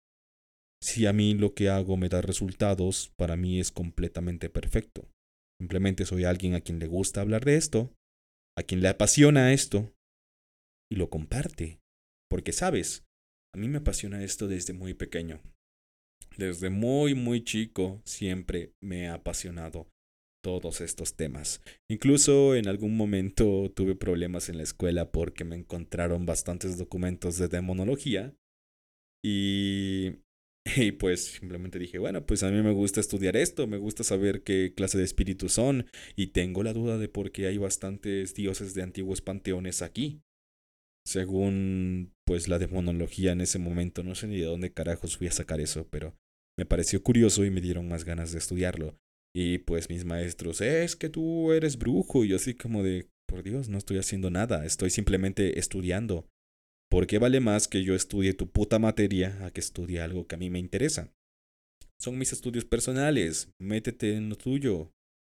Si a mí lo que hago me da resultados, para mí es completamente perfecto. Simplemente soy alguien a quien le gusta hablar de esto, a quien le apasiona esto, y lo comparte. Porque sabes, a mí me apasiona esto desde muy pequeño. Desde muy, muy chico siempre me ha apasionado todos estos temas. Incluso en algún momento tuve problemas en la escuela porque me encontraron bastantes documentos de demonología y, y pues simplemente dije, bueno, pues a mí me gusta estudiar esto, me gusta saber qué clase de espíritus son y tengo la duda de por qué hay bastantes dioses de antiguos panteones aquí. Según pues la demonología en ese momento, no sé ni de dónde carajos fui a sacar eso, pero me pareció curioso y me dieron más ganas de estudiarlo. Y pues mis maestros, es que tú eres brujo. Y yo así como de, por Dios, no estoy haciendo nada, estoy simplemente estudiando. ¿Por qué vale más que yo estudie tu puta materia a que estudie algo que a mí me interesa? Son mis estudios personales, métete en lo tuyo.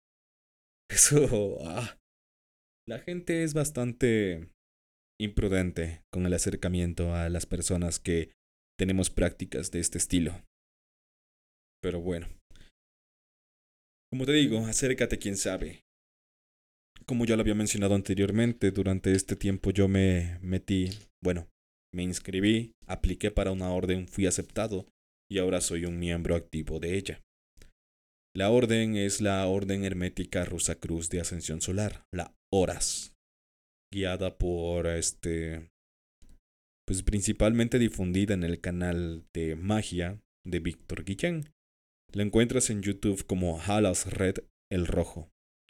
Eso, ah, la gente es bastante imprudente con el acercamiento a las personas que tenemos prácticas de este estilo. Pero bueno, como te digo, acércate quién sabe. Como ya lo había mencionado anteriormente, durante este tiempo yo me metí, bueno, me inscribí, apliqué para una orden, fui aceptado y ahora soy un miembro activo de ella. La orden es la Orden Hermética Rosa Cruz de Ascensión Solar, la Horas, guiada por este, pues principalmente difundida en el canal de magia de Víctor Guillén. La encuentras en YouTube como Halas Red el Rojo.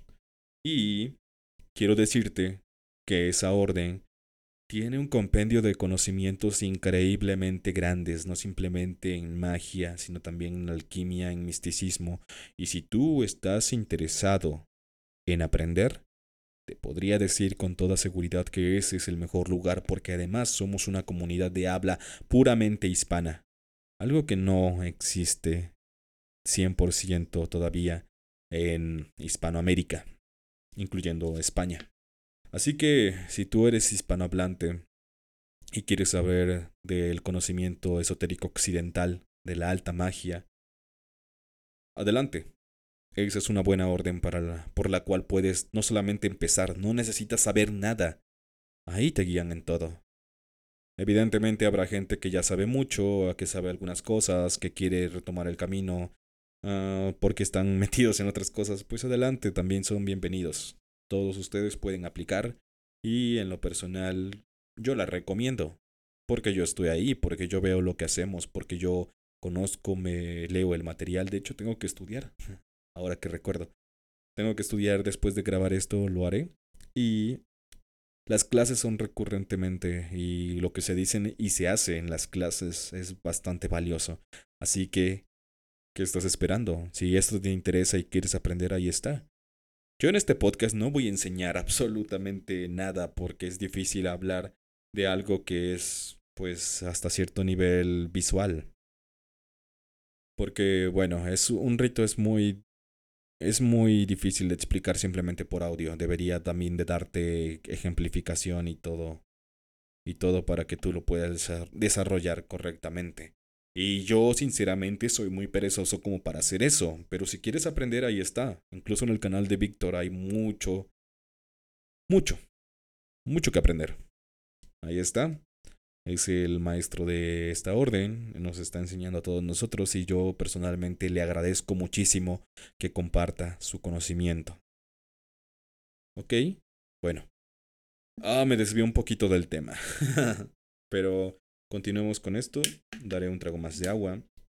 Y quiero decirte que esa orden tiene un compendio de conocimientos increíblemente grandes, no simplemente en magia, sino también en alquimia, en misticismo. Y si tú estás interesado en aprender, te podría decir con toda seguridad que ese es el mejor lugar porque además somos una comunidad de habla puramente hispana, algo que no existe cien por ciento todavía en Hispanoamérica, incluyendo España. Así que si tú eres hispanohablante y quieres saber del conocimiento esotérico occidental, de la alta magia, adelante. Esa es una buena orden para la, por la cual puedes no solamente empezar, no necesitas saber nada. Ahí te guían en todo. Evidentemente habrá gente que ya sabe mucho, que sabe algunas cosas, que quiere retomar el camino, uh, porque están metidos en otras cosas. Pues adelante, también son bienvenidos. Todos ustedes pueden aplicar y en lo personal yo la recomiendo. Porque yo estoy ahí, porque yo veo lo que hacemos, porque yo conozco, me leo el material. De hecho, tengo que estudiar. Ahora que recuerdo. Tengo que estudiar después de grabar esto, lo haré. Y las clases son recurrentemente y lo que se dicen y se hace en las clases es bastante valioso. Así que, ¿qué estás esperando? Si esto te interesa y quieres aprender, ahí está. Yo en este podcast no voy a enseñar absolutamente nada porque es difícil hablar de algo que es, pues, hasta cierto nivel visual. Porque, bueno, es un rito es muy es muy difícil de explicar simplemente por audio. Debería también de darte ejemplificación y todo y todo para que tú lo puedas desarrollar correctamente. Y yo sinceramente soy muy perezoso como para hacer eso, pero si quieres aprender ahí está. Incluso en el canal de Víctor hay mucho, mucho, mucho que aprender. Ahí está. Es el maestro de esta orden, nos está enseñando a todos nosotros y yo personalmente le agradezco muchísimo que comparta su conocimiento. ¿Ok? Bueno. Ah, me desvió un poquito del tema. Pero continuemos con esto. Daré un trago más de agua.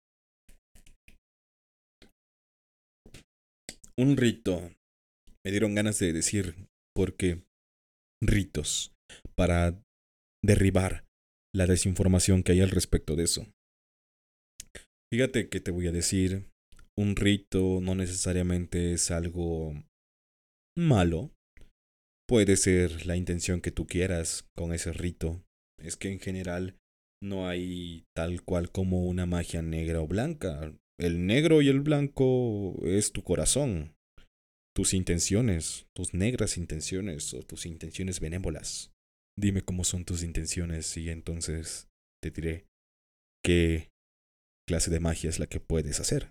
Un rito. Me dieron ganas de decir porque ritos para derribar la desinformación que hay al respecto de eso. Fíjate que te voy a decir, un rito no necesariamente es algo malo. Puede ser la intención que tú quieras con ese rito. Es que en general no hay tal cual como una magia negra o blanca. El negro y el blanco es tu corazón, tus intenciones, tus negras intenciones o tus intenciones benévolas. Dime cómo son tus intenciones y entonces te diré qué clase de magia es la que puedes hacer.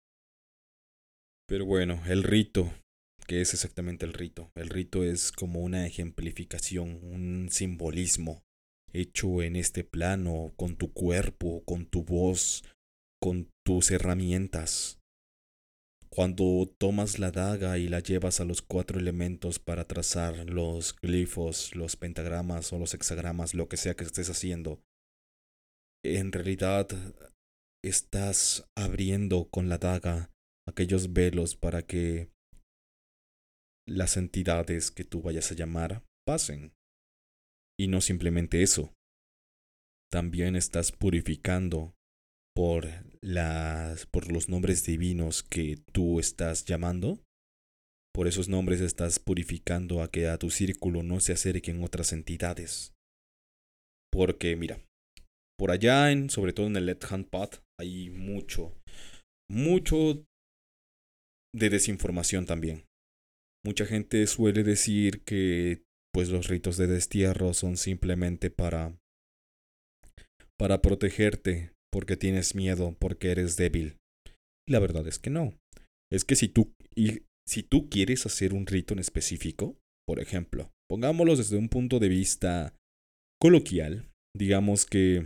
Pero bueno, el rito. ¿Qué es exactamente el rito? El rito es como una ejemplificación, un simbolismo hecho en este plano, con tu cuerpo, con tu voz, con tus herramientas. Cuando tomas la daga y la llevas a los cuatro elementos para trazar los glifos, los pentagramas o los hexagramas, lo que sea que estés haciendo, en realidad estás abriendo con la daga aquellos velos para que las entidades que tú vayas a llamar pasen. Y no simplemente eso, también estás purificando por las por los nombres divinos que tú estás llamando. Por esos nombres estás purificando a que a tu círculo no se acerquen otras entidades. Porque mira, por allá en, sobre todo en el Left Hand Path, hay mucho, mucho de desinformación también. Mucha gente suele decir que pues los ritos de destierro son simplemente para para protegerte porque tienes miedo, porque eres débil. La verdad es que no. Es que si tú y si tú quieres hacer un rito en específico, por ejemplo, pongámoslo desde un punto de vista coloquial, digamos que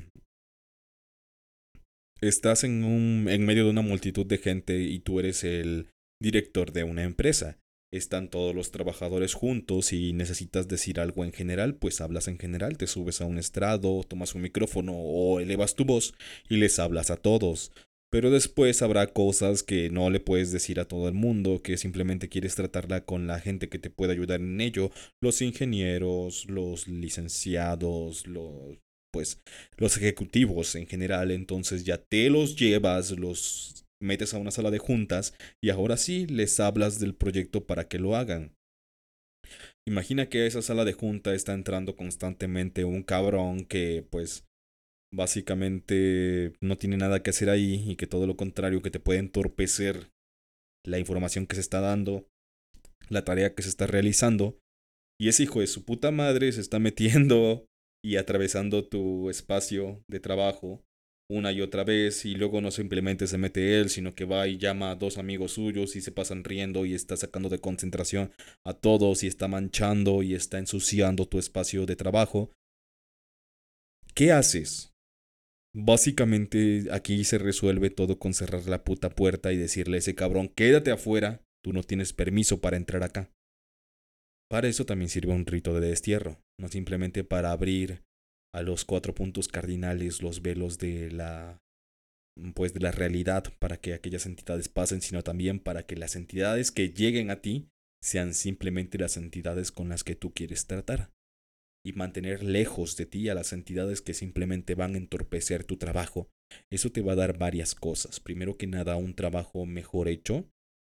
estás en un en medio de una multitud de gente y tú eres el director de una empresa. Están todos los trabajadores juntos y necesitas decir algo en general, pues hablas en general, te subes a un estrado, tomas un micrófono o elevas tu voz y les hablas a todos. Pero después habrá cosas que no le puedes decir a todo el mundo, que simplemente quieres tratarla con la gente que te puede ayudar en ello, los ingenieros, los licenciados, los pues los ejecutivos en general, entonces ya te los llevas, los metes a una sala de juntas y ahora sí les hablas del proyecto para que lo hagan. Imagina que a esa sala de junta está entrando constantemente un cabrón que pues básicamente no tiene nada que hacer ahí y que todo lo contrario que te puede entorpecer la información que se está dando, la tarea que se está realizando. Y ese hijo de su puta madre se está metiendo y atravesando tu espacio de trabajo una y otra vez y luego no simplemente se mete él, sino que va y llama a dos amigos suyos y se pasan riendo y está sacando de concentración a todos y está manchando y está ensuciando tu espacio de trabajo. ¿Qué haces? Básicamente aquí se resuelve todo con cerrar la puta puerta y decirle a ese cabrón, quédate afuera, tú no tienes permiso para entrar acá. Para eso también sirve un rito de destierro, no simplemente para abrir a los cuatro puntos cardinales los velos de la pues de la realidad para que aquellas entidades pasen, sino también para que las entidades que lleguen a ti sean simplemente las entidades con las que tú quieres tratar y mantener lejos de ti a las entidades que simplemente van a entorpecer tu trabajo. Eso te va a dar varias cosas. Primero que nada, un trabajo mejor hecho,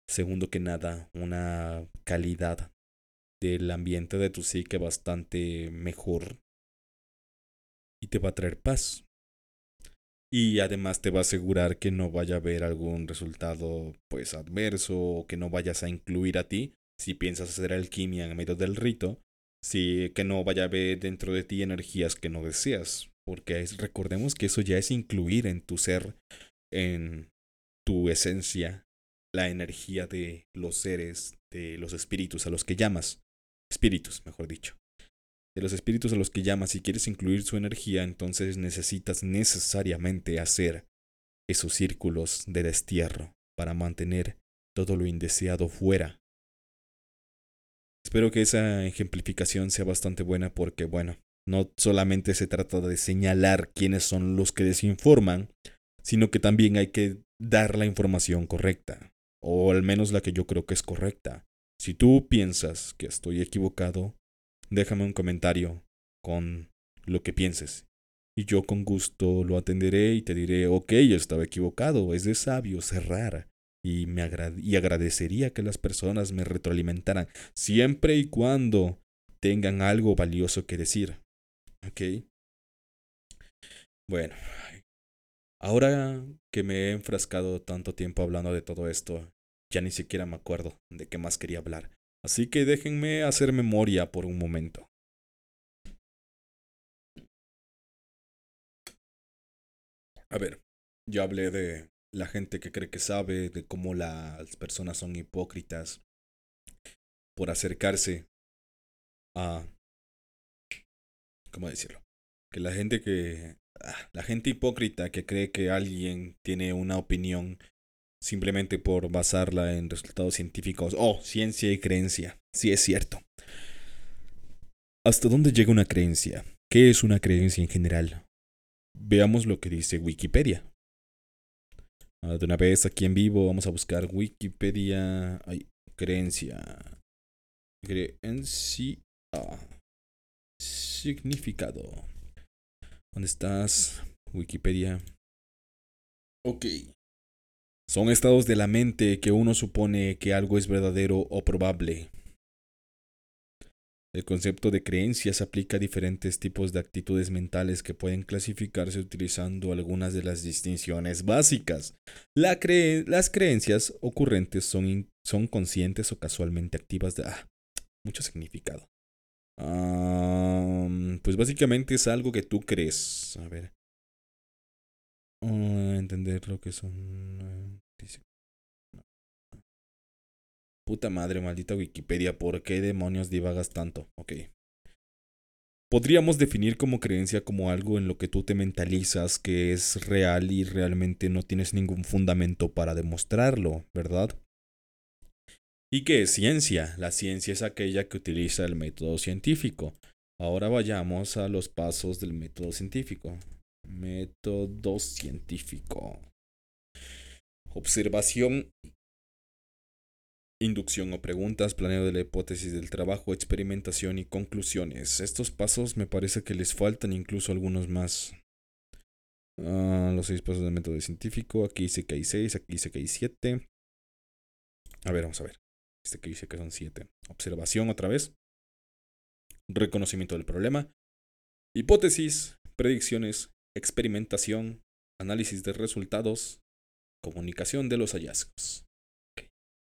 Segundo que nada, una calidad del ambiente de tu psique bastante mejor y te va a traer paz. Y además te va a asegurar que no vaya a haber algún resultado pues adverso o que no vayas a incluir a ti si piensas hacer alquimia en medio del rito, si que no vaya a haber dentro de ti energías que no deseas, porque es, recordemos que eso ya es incluir en tu ser, en tu esencia, la energía de los seres, de los espíritus a los que llamas, espíritus, mejor dicho. De los espíritus a los que llamas, si quieres incluir su energía, entonces necesitas necesariamente hacer esos círculos de destierro para mantener todo lo indeseado fuera. Espero que esa ejemplificación sea bastante buena porque, bueno, no solamente se trata de señalar quiénes son los que desinforman, sino que también hay que dar la información correcta, o al menos la que yo creo que es correcta. Si tú piensas que estoy equivocado, déjame un comentario con lo que pienses. Y yo con gusto lo atenderé y te diré, ok, yo estaba equivocado, es de sabio cerrar. Y, me agra y agradecería que las personas me retroalimentaran, siempre y cuando tengan algo valioso que decir. Ok. Bueno, ahora que me he enfrascado tanto tiempo hablando de todo esto, ya ni siquiera me acuerdo de qué más quería hablar. Así que déjenme hacer memoria por un momento. A ver, ya hablé de la gente que cree que sabe, de cómo las personas son hipócritas por acercarse a... ¿Cómo decirlo? Que la gente que... ah, la gente hipócrita que cree que alguien tiene una opinión simplemente por basarla en resultados científicos o ciencia y creencia. Sí es cierto. ¿Hasta dónde llega una creencia? ¿Qué es una creencia en general? Veamos lo que dice Wikipedia. De una vez aquí en vivo vamos a buscar Wikipedia. Ay, creencia. Creencia. Significado. ¿Dónde estás? Wikipedia. Ok. Son estados de la mente que uno supone que algo es verdadero o probable. El concepto de creencia se aplica a diferentes tipos de actitudes mentales que pueden clasificarse utilizando algunas de las distinciones básicas. La cre las creencias ocurrentes son, son conscientes o casualmente activas de... Ah, mucho significado. Um, pues básicamente es algo que tú crees. A ver. Uh, entender lo que son... Uh, Puta madre, maldita Wikipedia, ¿por qué demonios divagas tanto? Ok. Podríamos definir como creencia como algo en lo que tú te mentalizas que es real y realmente no tienes ningún fundamento para demostrarlo, ¿verdad? ¿Y qué es ciencia? La ciencia es aquella que utiliza el método científico. Ahora vayamos a los pasos del método científico. Método científico. Observación, inducción o preguntas, planeo de la hipótesis del trabajo, experimentación y conclusiones. Estos pasos me parece que les faltan incluso algunos más. Uh, los seis pasos del método científico. Aquí dice que hay seis, aquí dice que hay siete. A ver, vamos a ver. Este que dice que son siete. Observación otra vez. Reconocimiento del problema. Hipótesis, predicciones, experimentación, análisis de resultados, comunicación de los hallazgos. Okay.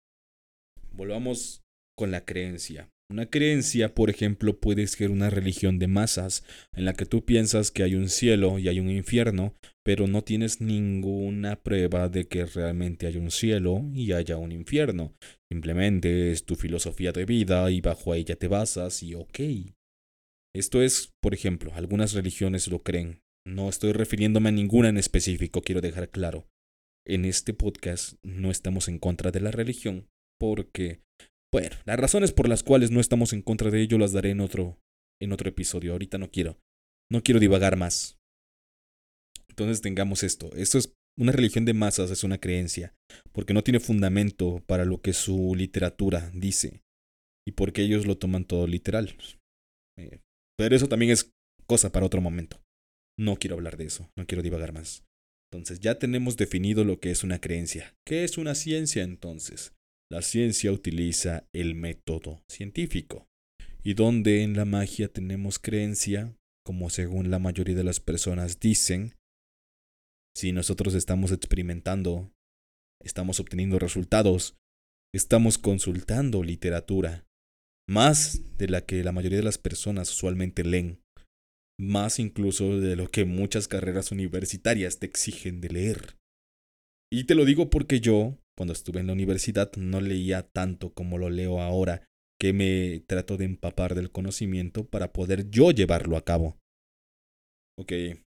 Volvamos con la creencia. Una creencia, por ejemplo, puede ser una religión de masas en la que tú piensas que hay un cielo y hay un infierno, pero no tienes ninguna prueba de que realmente hay un cielo y haya un infierno. Simplemente es tu filosofía de vida y bajo ella te basas y ok. Esto es, por ejemplo, algunas religiones lo creen. No estoy refiriéndome a ninguna en específico, quiero dejar claro. En este podcast no estamos en contra de la religión porque, bueno, las razones por las cuales no estamos en contra de ello las daré en otro, en otro episodio. Ahorita no quiero, no quiero divagar más. Entonces tengamos esto. Esto es una religión de masas, es una creencia, porque no tiene fundamento para lo que su literatura dice y porque ellos lo toman todo literal. Eh, pero eso también es cosa para otro momento. No quiero hablar de eso, no quiero divagar más. Entonces ya tenemos definido lo que es una creencia. ¿Qué es una ciencia entonces? la ciencia utiliza el método científico. Y donde en la magia tenemos creencia, como según la mayoría de las personas dicen, si nosotros estamos experimentando, estamos obteniendo resultados, estamos consultando literatura, más de la que la mayoría de las personas usualmente leen, más incluso de lo que muchas carreras universitarias te exigen de leer. Y te lo digo porque yo, cuando estuve en la universidad, no leía tanto como lo leo ahora, que me trato de empapar del conocimiento para poder yo llevarlo a cabo. Ok,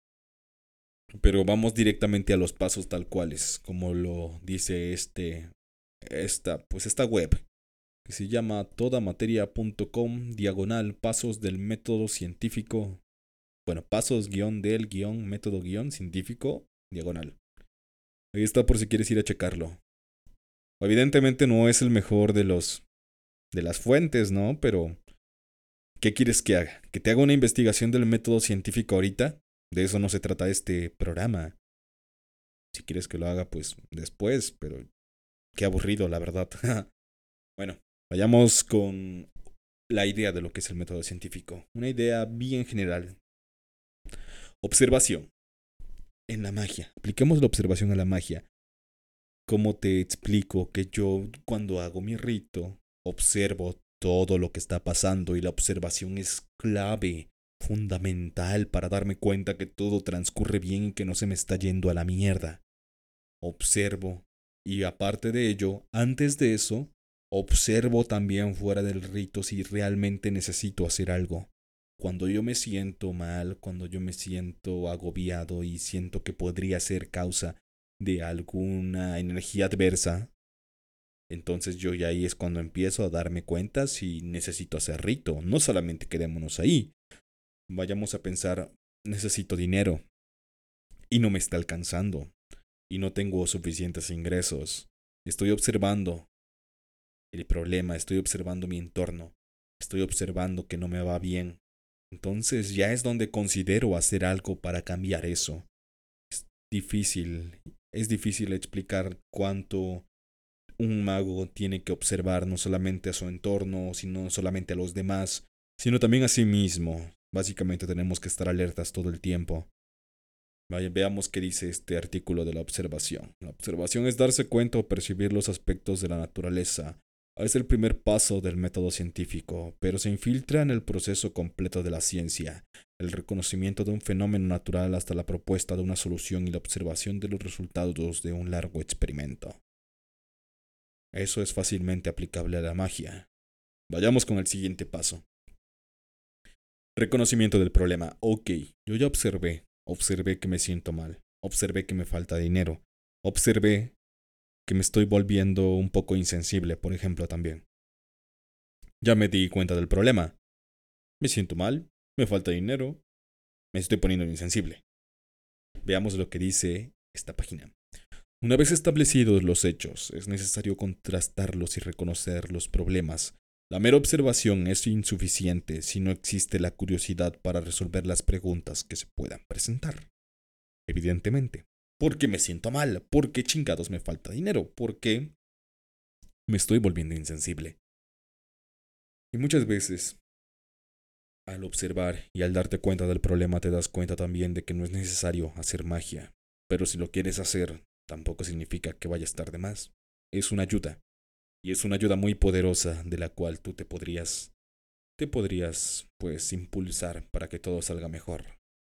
pero vamos directamente a los pasos tal cuales, como lo dice este, esta, pues esta web, que se llama todamateria.com diagonal pasos del método científico, bueno, pasos guión del guión método guión científico diagonal. Ahí está por si quieres ir a checarlo. Evidentemente no es el mejor de los de las fuentes, ¿no? Pero ¿qué quieres que haga? ¿Que te haga una investigación del método científico ahorita? De eso no se trata este programa. Si quieres que lo haga, pues después, pero qué aburrido, la verdad. Bueno, vayamos con la idea de lo que es el método científico. Una idea bien general. Observación. En la magia. Apliquemos la observación a la magia. ¿Cómo te explico que yo cuando hago mi rito observo todo lo que está pasando y la observación es clave, fundamental para darme cuenta que todo transcurre bien y que no se me está yendo a la mierda? Observo y aparte de ello, antes de eso, observo también fuera del rito si realmente necesito hacer algo. Cuando yo me siento mal, cuando yo me siento agobiado y siento que podría ser causa de alguna energía adversa, entonces yo ya ahí es cuando empiezo a darme cuenta si necesito hacer rito. No solamente quedémonos ahí. Vayamos a pensar, necesito dinero y no me está alcanzando y no tengo suficientes ingresos. Estoy observando el problema, estoy observando mi entorno, estoy observando que no me va bien. Entonces ya es donde considero hacer algo para cambiar eso. Es difícil, es difícil explicar cuánto un mago tiene que observar no solamente a su entorno, sino solamente a los demás, sino también a sí mismo. Básicamente tenemos que estar alertas todo el tiempo. Vaya, veamos qué dice este artículo de la observación. La observación es darse cuenta o percibir los aspectos de la naturaleza. Es el primer paso del método científico, pero se infiltra en el proceso completo de la ciencia, el reconocimiento de un fenómeno natural hasta la propuesta de una solución y la observación de los resultados de un largo experimento. Eso es fácilmente aplicable a la magia. Vayamos con el siguiente paso. Reconocimiento del problema. Ok, yo ya observé, observé que me siento mal, observé que me falta dinero, observé que me estoy volviendo un poco insensible, por ejemplo, también. Ya me di cuenta del problema. Me siento mal, me falta dinero, me estoy poniendo insensible. Veamos lo que dice esta página. Una vez establecidos los hechos, es necesario contrastarlos y reconocer los problemas. La mera observación es insuficiente si no existe la curiosidad para resolver las preguntas que se puedan presentar. Evidentemente. ¿Por qué me siento mal? ¿Por qué chingados me falta dinero? ¿Por qué me estoy volviendo insensible? Y muchas veces, al observar y al darte cuenta del problema, te das cuenta también de que no es necesario hacer magia. Pero si lo quieres hacer, tampoco significa que vaya a estar de más. Es una ayuda. Y es una ayuda muy poderosa de la cual tú te podrías, te podrías, pues, impulsar para que todo salga mejor.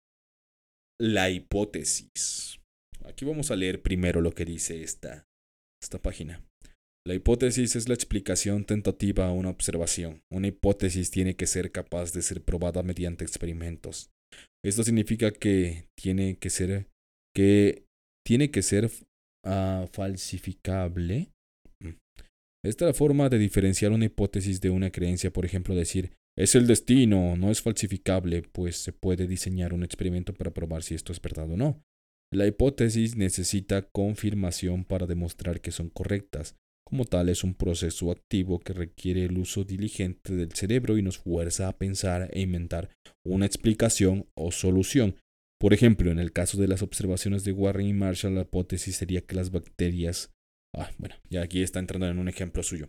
La hipótesis. Aquí vamos a leer primero lo que dice esta, esta página. La hipótesis es la explicación tentativa a una observación. Una hipótesis tiene que ser capaz de ser probada mediante experimentos. Esto significa que tiene que ser, que tiene que ser uh, falsificable. Esta es la forma de diferenciar una hipótesis de una creencia, por ejemplo, decir, es el destino, no es falsificable, pues se puede diseñar un experimento para probar si esto es verdad o no. La hipótesis necesita confirmación para demostrar que son correctas. Como tal, es un proceso activo que requiere el uso diligente del cerebro y nos fuerza a pensar e inventar una explicación o solución. Por ejemplo, en el caso de las observaciones de Warren y Marshall, la hipótesis sería que las bacterias Ah, bueno, ya aquí está entrando en un ejemplo suyo.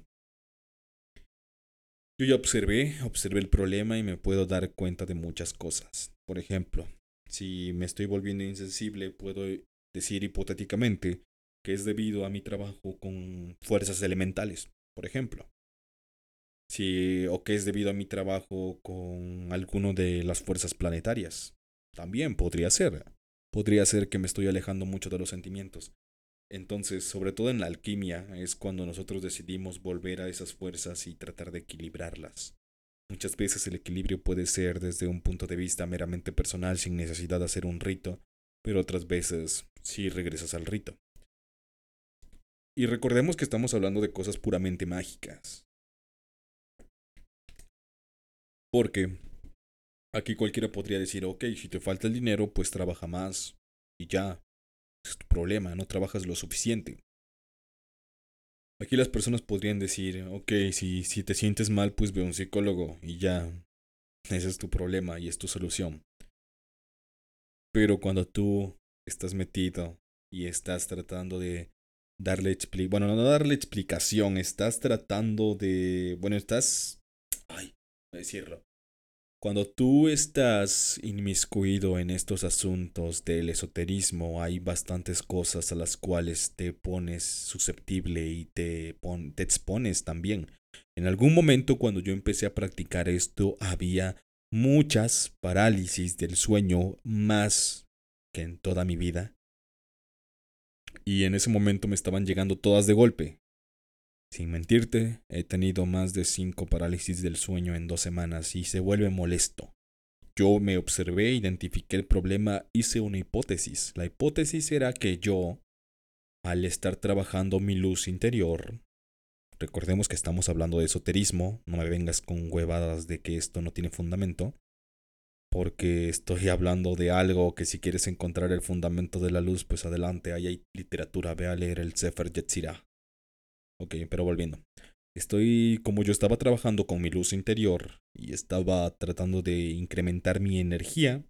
Yo ya observé, observé el problema y me puedo dar cuenta de muchas cosas. Por ejemplo, si me estoy volviendo insensible, puedo decir hipotéticamente que es debido a mi trabajo con fuerzas elementales, por ejemplo. Si, o que es debido a mi trabajo con alguno de las fuerzas planetarias. También podría ser. Podría ser que me estoy alejando mucho de los sentimientos. Entonces, sobre todo en la alquimia, es cuando nosotros decidimos volver a esas fuerzas y tratar de equilibrarlas. Muchas veces el equilibrio puede ser desde un punto de vista meramente personal sin necesidad de hacer un rito, pero otras veces sí regresas al rito. Y recordemos que estamos hablando de cosas puramente mágicas. Porque aquí cualquiera podría decir, ok, si te falta el dinero, pues trabaja más. Y ya, es tu problema, no trabajas lo suficiente. Aquí las personas podrían decir, ok, si, si te sientes mal, pues ve a un psicólogo y ya, ese es tu problema y es tu solución. Pero cuando tú estás metido y estás tratando de darle explicación, bueno, no darle explicación, estás tratando de, bueno, estás, ay, voy a decirlo. Cuando tú estás inmiscuido en estos asuntos del esoterismo, hay bastantes cosas a las cuales te pones susceptible y te, pon, te expones también. En algún momento cuando yo empecé a practicar esto, había muchas parálisis del sueño más que en toda mi vida. Y en ese momento me estaban llegando todas de golpe. Sin mentirte, he tenido más de cinco parálisis del sueño en dos semanas y se vuelve molesto. Yo me observé, identifiqué el problema, hice una hipótesis. La hipótesis era que yo, al estar trabajando mi luz interior, recordemos que estamos hablando de esoterismo, no me vengas con huevadas de que esto no tiene fundamento, porque estoy hablando de algo que si quieres encontrar el fundamento de la luz, pues adelante, ahí hay literatura, ve a leer el Sefer Yetzirah. Ok, pero volviendo. Estoy, como yo estaba trabajando con mi luz interior y estaba tratando de incrementar mi energía,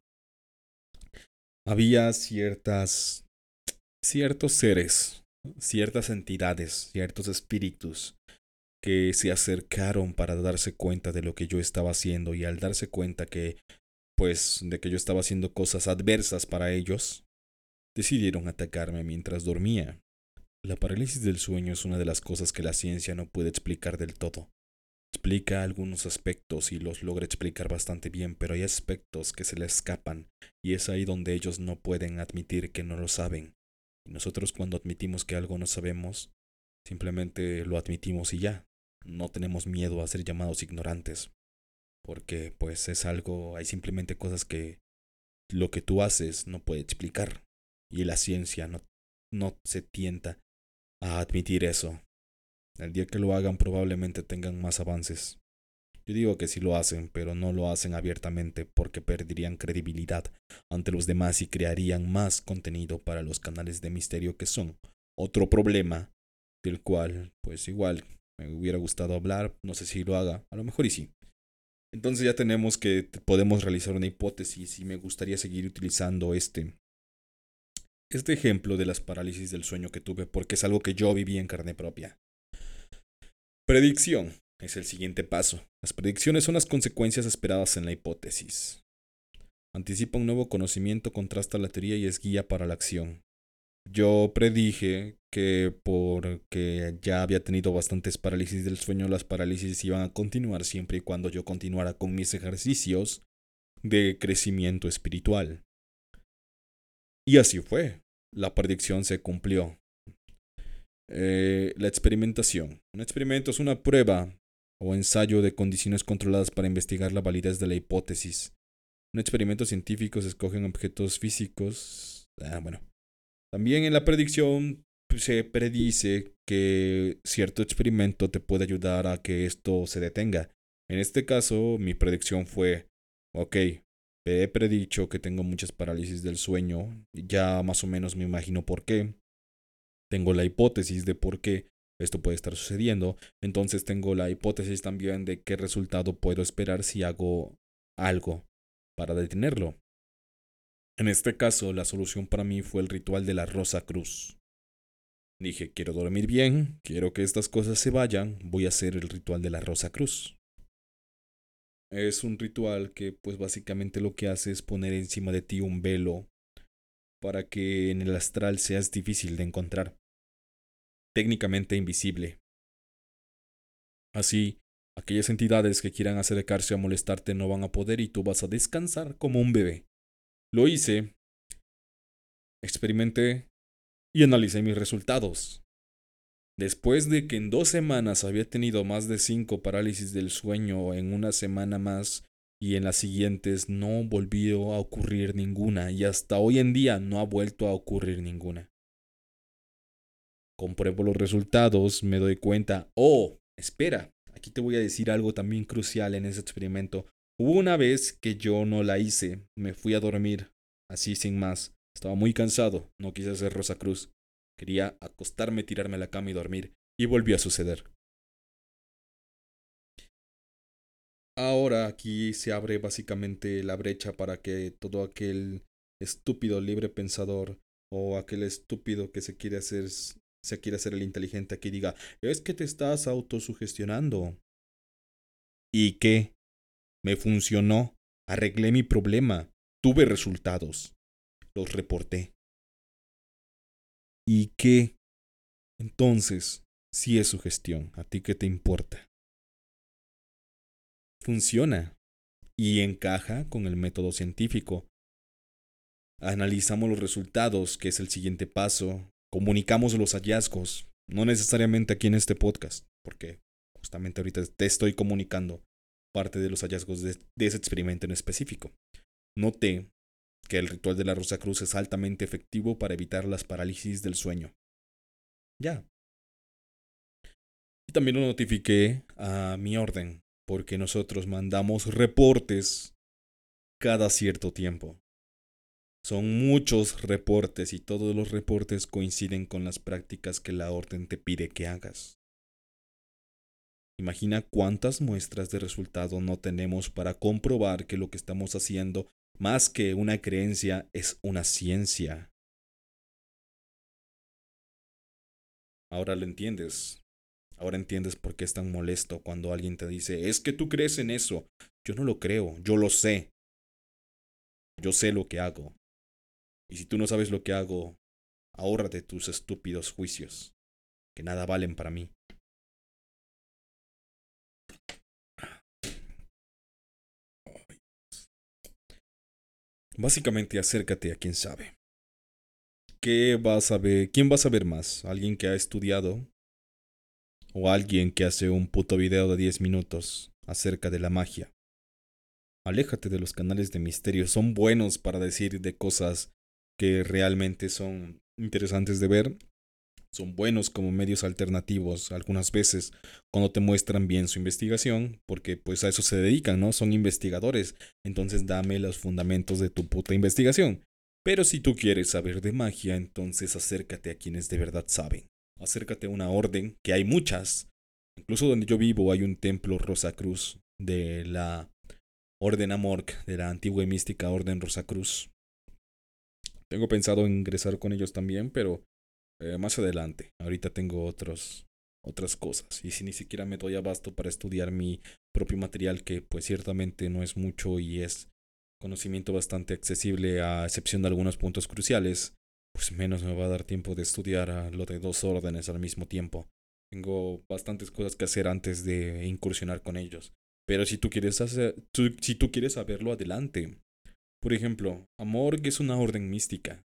había ciertas, ciertos seres, ciertas entidades, ciertos espíritus que se acercaron para darse cuenta de lo que yo estaba haciendo y al darse cuenta que, pues, de que yo estaba haciendo cosas adversas para ellos, decidieron atacarme mientras dormía. La parálisis del sueño es una de las cosas que la ciencia no puede explicar del todo. Explica algunos aspectos y los logra explicar bastante bien, pero hay aspectos que se le escapan y es ahí donde ellos no pueden admitir que no lo saben. Y nosotros cuando admitimos que algo no sabemos, simplemente lo admitimos y ya. No tenemos miedo a ser llamados ignorantes, porque pues es algo, hay simplemente cosas que lo que tú haces no puede explicar y la ciencia no, no se tienta a admitir eso. El día que lo hagan probablemente tengan más avances. Yo digo que sí lo hacen, pero no lo hacen abiertamente porque perderían credibilidad ante los demás y crearían más contenido para los canales de misterio que son otro problema del cual, pues igual, me hubiera gustado hablar, no sé si lo haga, a lo mejor y sí. Entonces ya tenemos que podemos realizar una hipótesis y me gustaría seguir utilizando este, este ejemplo de las parálisis del sueño que tuve porque es algo que yo viví en carne propia. Predicción es el siguiente paso. Las predicciones son las consecuencias esperadas en la hipótesis. Anticipa un nuevo conocimiento, contrasta la teoría y es guía para la acción. Yo predije que porque ya había tenido bastantes parálisis del sueño, las parálisis iban a continuar siempre y cuando yo continuara con mis ejercicios de crecimiento espiritual. Y así fue. La predicción se cumplió. Eh, la experimentación. Un experimento es una prueba o ensayo de condiciones controladas para investigar la validez de la hipótesis. En experimentos científicos se escogen objetos físicos. Ah, bueno. También en la predicción se predice que cierto experimento te puede ayudar a que esto se detenga. En este caso, mi predicción fue, ok, he predicho que tengo muchas parálisis del sueño, ya más o menos me imagino por qué. Tengo la hipótesis de por qué esto puede estar sucediendo, entonces tengo la hipótesis también de qué resultado puedo esperar si hago algo para detenerlo. En este caso, la solución para mí fue el ritual de la Rosa Cruz. Dije, quiero dormir bien, quiero que estas cosas se vayan, voy a hacer el ritual de la Rosa Cruz. Es un ritual que pues básicamente lo que hace es poner encima de ti un velo para que en el astral seas difícil de encontrar, técnicamente invisible. Así, aquellas entidades que quieran acercarse a molestarte no van a poder y tú vas a descansar como un bebé. Lo hice, experimenté y analicé mis resultados. Después de que en dos semanas había tenido más de cinco parálisis del sueño, en una semana más y en las siguientes no volvió a ocurrir ninguna y hasta hoy en día no ha vuelto a ocurrir ninguna. Compruebo los resultados, me doy cuenta, oh, espera, aquí te voy a decir algo también crucial en ese experimento. Hubo una vez que yo no la hice, me fui a dormir, así sin más. Estaba muy cansado, no quise hacer Rosa Cruz. Quería acostarme, tirarme a la cama y dormir. Y volvió a suceder. Ahora aquí se abre básicamente la brecha para que todo aquel estúpido libre pensador o aquel estúpido que se quiere hacer se quiere hacer el inteligente aquí diga, es que te estás autosugestionando. ¿Y qué? Me funcionó. Arreglé mi problema. Tuve resultados. Los reporté. ¿Y qué? Entonces, sí es sugestión. ¿A ti qué te importa? Funciona. Y encaja con el método científico. Analizamos los resultados, que es el siguiente paso. Comunicamos los hallazgos. No necesariamente aquí en este podcast, porque justamente ahorita te estoy comunicando parte de los hallazgos de, de ese experimento en específico. Noté que el ritual de la Rosa Cruz es altamente efectivo para evitar las parálisis del sueño. Ya. Y también lo notifiqué a mi orden, porque nosotros mandamos reportes cada cierto tiempo. Son muchos reportes y todos los reportes coinciden con las prácticas que la orden te pide que hagas. Imagina cuántas muestras de resultado no tenemos para comprobar que lo que estamos haciendo, más que una creencia, es una ciencia. Ahora lo entiendes. Ahora entiendes por qué es tan molesto cuando alguien te dice, es que tú crees en eso. Yo no lo creo, yo lo sé. Yo sé lo que hago. Y si tú no sabes lo que hago, ahórrate tus estúpidos juicios, que nada valen para mí. Básicamente acércate a quien sabe. ¿Qué vas a ver? ¿Quién va a saber más? ¿Alguien que ha estudiado? ¿O alguien que hace un puto video de diez minutos acerca de la magia? Aléjate de los canales de misterio, son buenos para decir de cosas que realmente son interesantes de ver. Son buenos como medios alternativos algunas veces cuando te muestran bien su investigación, porque pues a eso se dedican, ¿no? Son investigadores, entonces dame los fundamentos de tu puta investigación. Pero si tú quieres saber de magia, entonces acércate a quienes de verdad saben. Acércate a una orden, que hay muchas. Incluso donde yo vivo hay un templo Rosacruz de la Orden Amorc, de la antigua y mística Orden Rosacruz. Tengo pensado ingresar con ellos también, pero eh, más adelante. Ahorita tengo otros, otras cosas. Y si ni siquiera me doy abasto para estudiar mi propio material, que pues ciertamente no es mucho y es conocimiento bastante accesible a excepción de algunos puntos cruciales, pues menos me va a dar tiempo de estudiar a lo de dos órdenes al mismo tiempo. Tengo bastantes cosas que hacer antes de incursionar con ellos. Pero si tú quieres hacer, tú, si tú quieres saberlo, adelante. Por ejemplo, Amorg es una orden mística.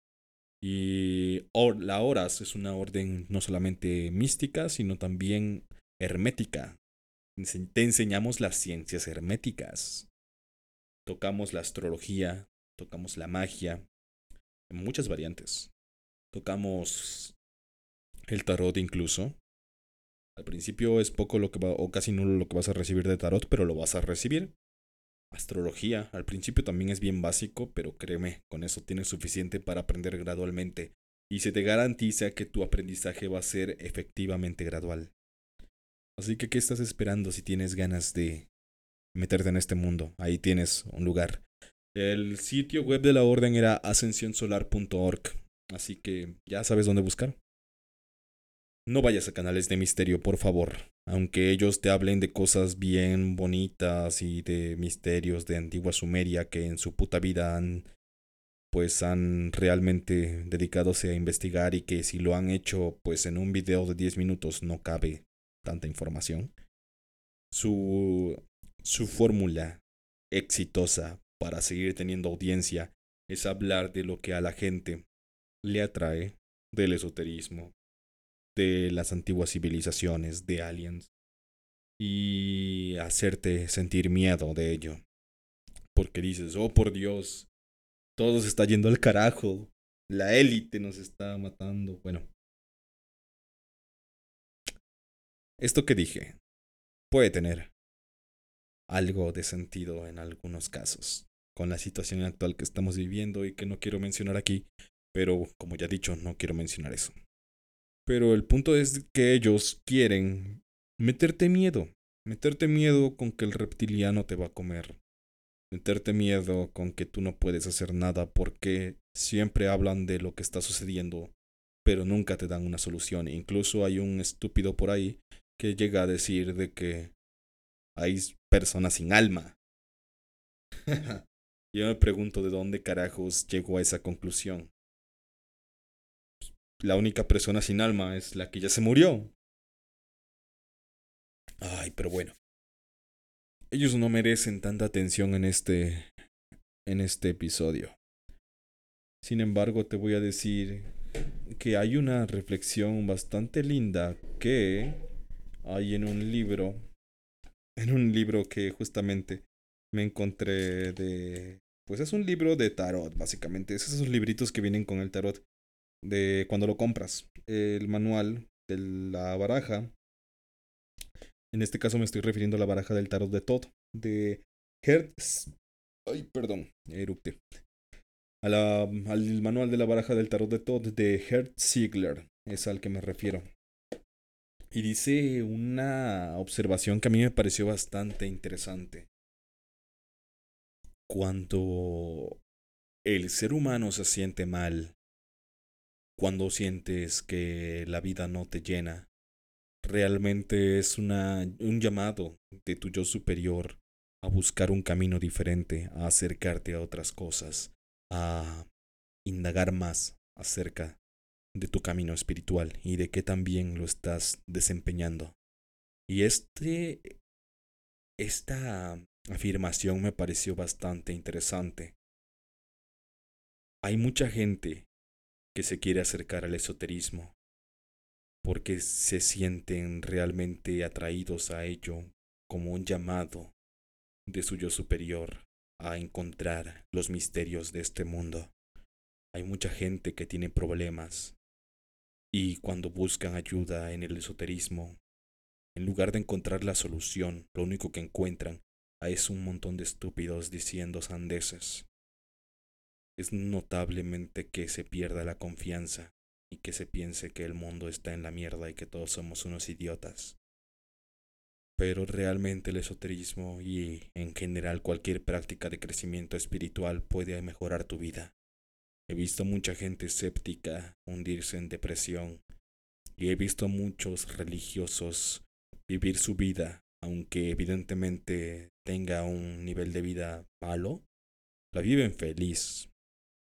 Y or, la Horas es una orden no solamente mística, sino también hermética. Te enseñamos las ciencias herméticas. Tocamos la astrología, tocamos la magia, en muchas variantes. Tocamos el tarot incluso. Al principio es poco lo que va, o casi nulo lo que vas a recibir de tarot, pero lo vas a recibir. Astrología, al principio también es bien básico, pero créeme, con eso tienes suficiente para aprender gradualmente. Y se te garantiza que tu aprendizaje va a ser efectivamente gradual. Así que, ¿qué estás esperando si tienes ganas de meterte en este mundo? Ahí tienes un lugar. El sitio web de la orden era ascensionsolar punto org, así que ya sabes dónde buscar. No vayas a canales de misterio, por favor. Aunque ellos te hablen de cosas bien bonitas y de misterios de antigua Sumeria que en su puta vida han pues han realmente dedicadose a investigar y que si lo han hecho pues en un video de diez minutos no cabe tanta información. Su su fórmula exitosa para seguir teniendo audiencia es hablar de lo que a la gente le atrae, del esoterismo, de las antiguas civilizaciones, de aliens, y hacerte sentir miedo de ello. Porque dices, oh por Dios, todo se está yendo al carajo, la élite nos está matando. Bueno, esto que dije puede tener algo de sentido en algunos casos, con la situación actual que estamos viviendo y que no quiero mencionar aquí, pero como ya he dicho, no quiero mencionar eso. Pero el punto es que ellos quieren meterte miedo, meterte miedo con que el reptiliano te va a comer, meterte miedo con que tú no puedes hacer nada porque siempre hablan de lo que está sucediendo, pero nunca te dan una solución. Incluso hay un estúpido por ahí que llega a decir de que hay personas sin alma. Yo me pregunto de dónde carajos llegó a esa conclusión. La única persona sin alma es la que ya se murió. Ay, pero bueno. Ellos no merecen tanta atención en este en este episodio. Sin embargo, te voy a decir que hay una reflexión bastante linda que hay en un libro, en un libro que justamente me encontré de... Pues es un libro de tarot, básicamente. Es esos libritos que vienen con el tarot de cuando lo compras. El manual de la baraja. En este caso me estoy refiriendo a la baraja del tarot de Todd. De Hertz. Ay, perdón, eructé. A la, al manual de la baraja del tarot de Todd de Hertz Ziegler. Es al que me refiero. Y dice una observación que a mí me pareció bastante interesante. Cuando el ser humano se siente mal, cuando sientes que la vida no te llena, realmente es una, un llamado de tu yo superior a buscar un camino diferente, a acercarte a otras cosas, a indagar más acerca de tu camino espiritual y de qué tan bien lo estás desempeñando. Y este, esta afirmación me pareció bastante interesante. Hay mucha gente que se quiere acercar al esoterismo porque se sienten realmente atraídos a ello como un llamado de su yo superior a encontrar los misterios de este mundo. Hay mucha gente que tiene problemas y cuando buscan ayuda en el esoterismo, en lugar de encontrar la solución, lo único que encuentran es un montón de estúpidos diciendo sandeces. Es notablemente que se pierda la confianza y que se piense que el mundo está en la mierda y que todos somos unos idiotas. Pero realmente el esoterismo y en general cualquier práctica de crecimiento espiritual puede mejorar tu vida. He visto mucha gente escéptica hundirse en depresión y he visto muchos religiosos vivir su vida, aunque evidentemente tenga un nivel de vida malo, la viven feliz.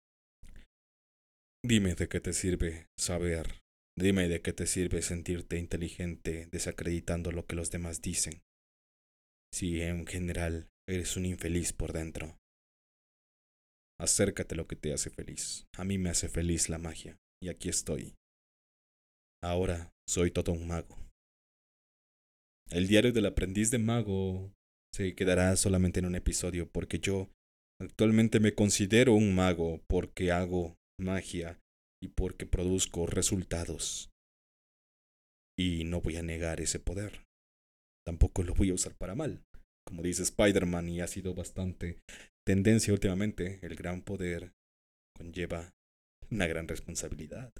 Dime de qué te sirve saber, dime de qué te sirve sentirte inteligente desacreditando lo que los demás dicen, si en general eres un infeliz por dentro. Acércate a lo que te hace feliz. A mí me hace feliz la magia, y aquí estoy. Ahora soy todo un mago. El diario del aprendiz de mago se quedará solamente en un episodio porque yo actualmente me considero un mago porque hago magia y porque produzco resultados. Y no voy a negar ese poder. Tampoco lo voy a usar para mal. Como dice Spider-Man y ha sido bastante tendencia últimamente, el gran poder conlleva una gran responsabilidad.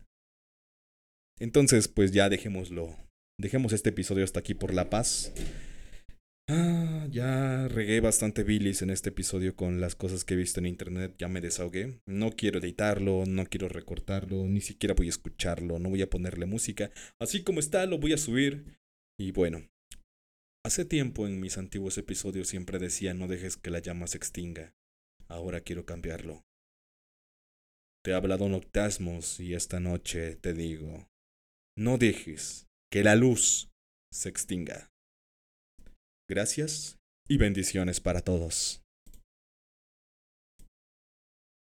Entonces, pues ya dejémoslo. Dejemos este episodio hasta aquí por la paz. Ah, ya regué bastante bilis en este episodio con las cosas que he visto en internet, ya me desahogué. No quiero editarlo, no quiero recortarlo, ni siquiera voy a escucharlo, no voy a ponerle música. Así como está, lo voy a subir. Y bueno, hace tiempo en mis antiguos episodios siempre decía no dejes que la llama se extinga. Ahora quiero cambiarlo. Te he hablado Noctasmos y esta noche te digo, no dejes que la luz se extinga. Gracias y bendiciones para todos.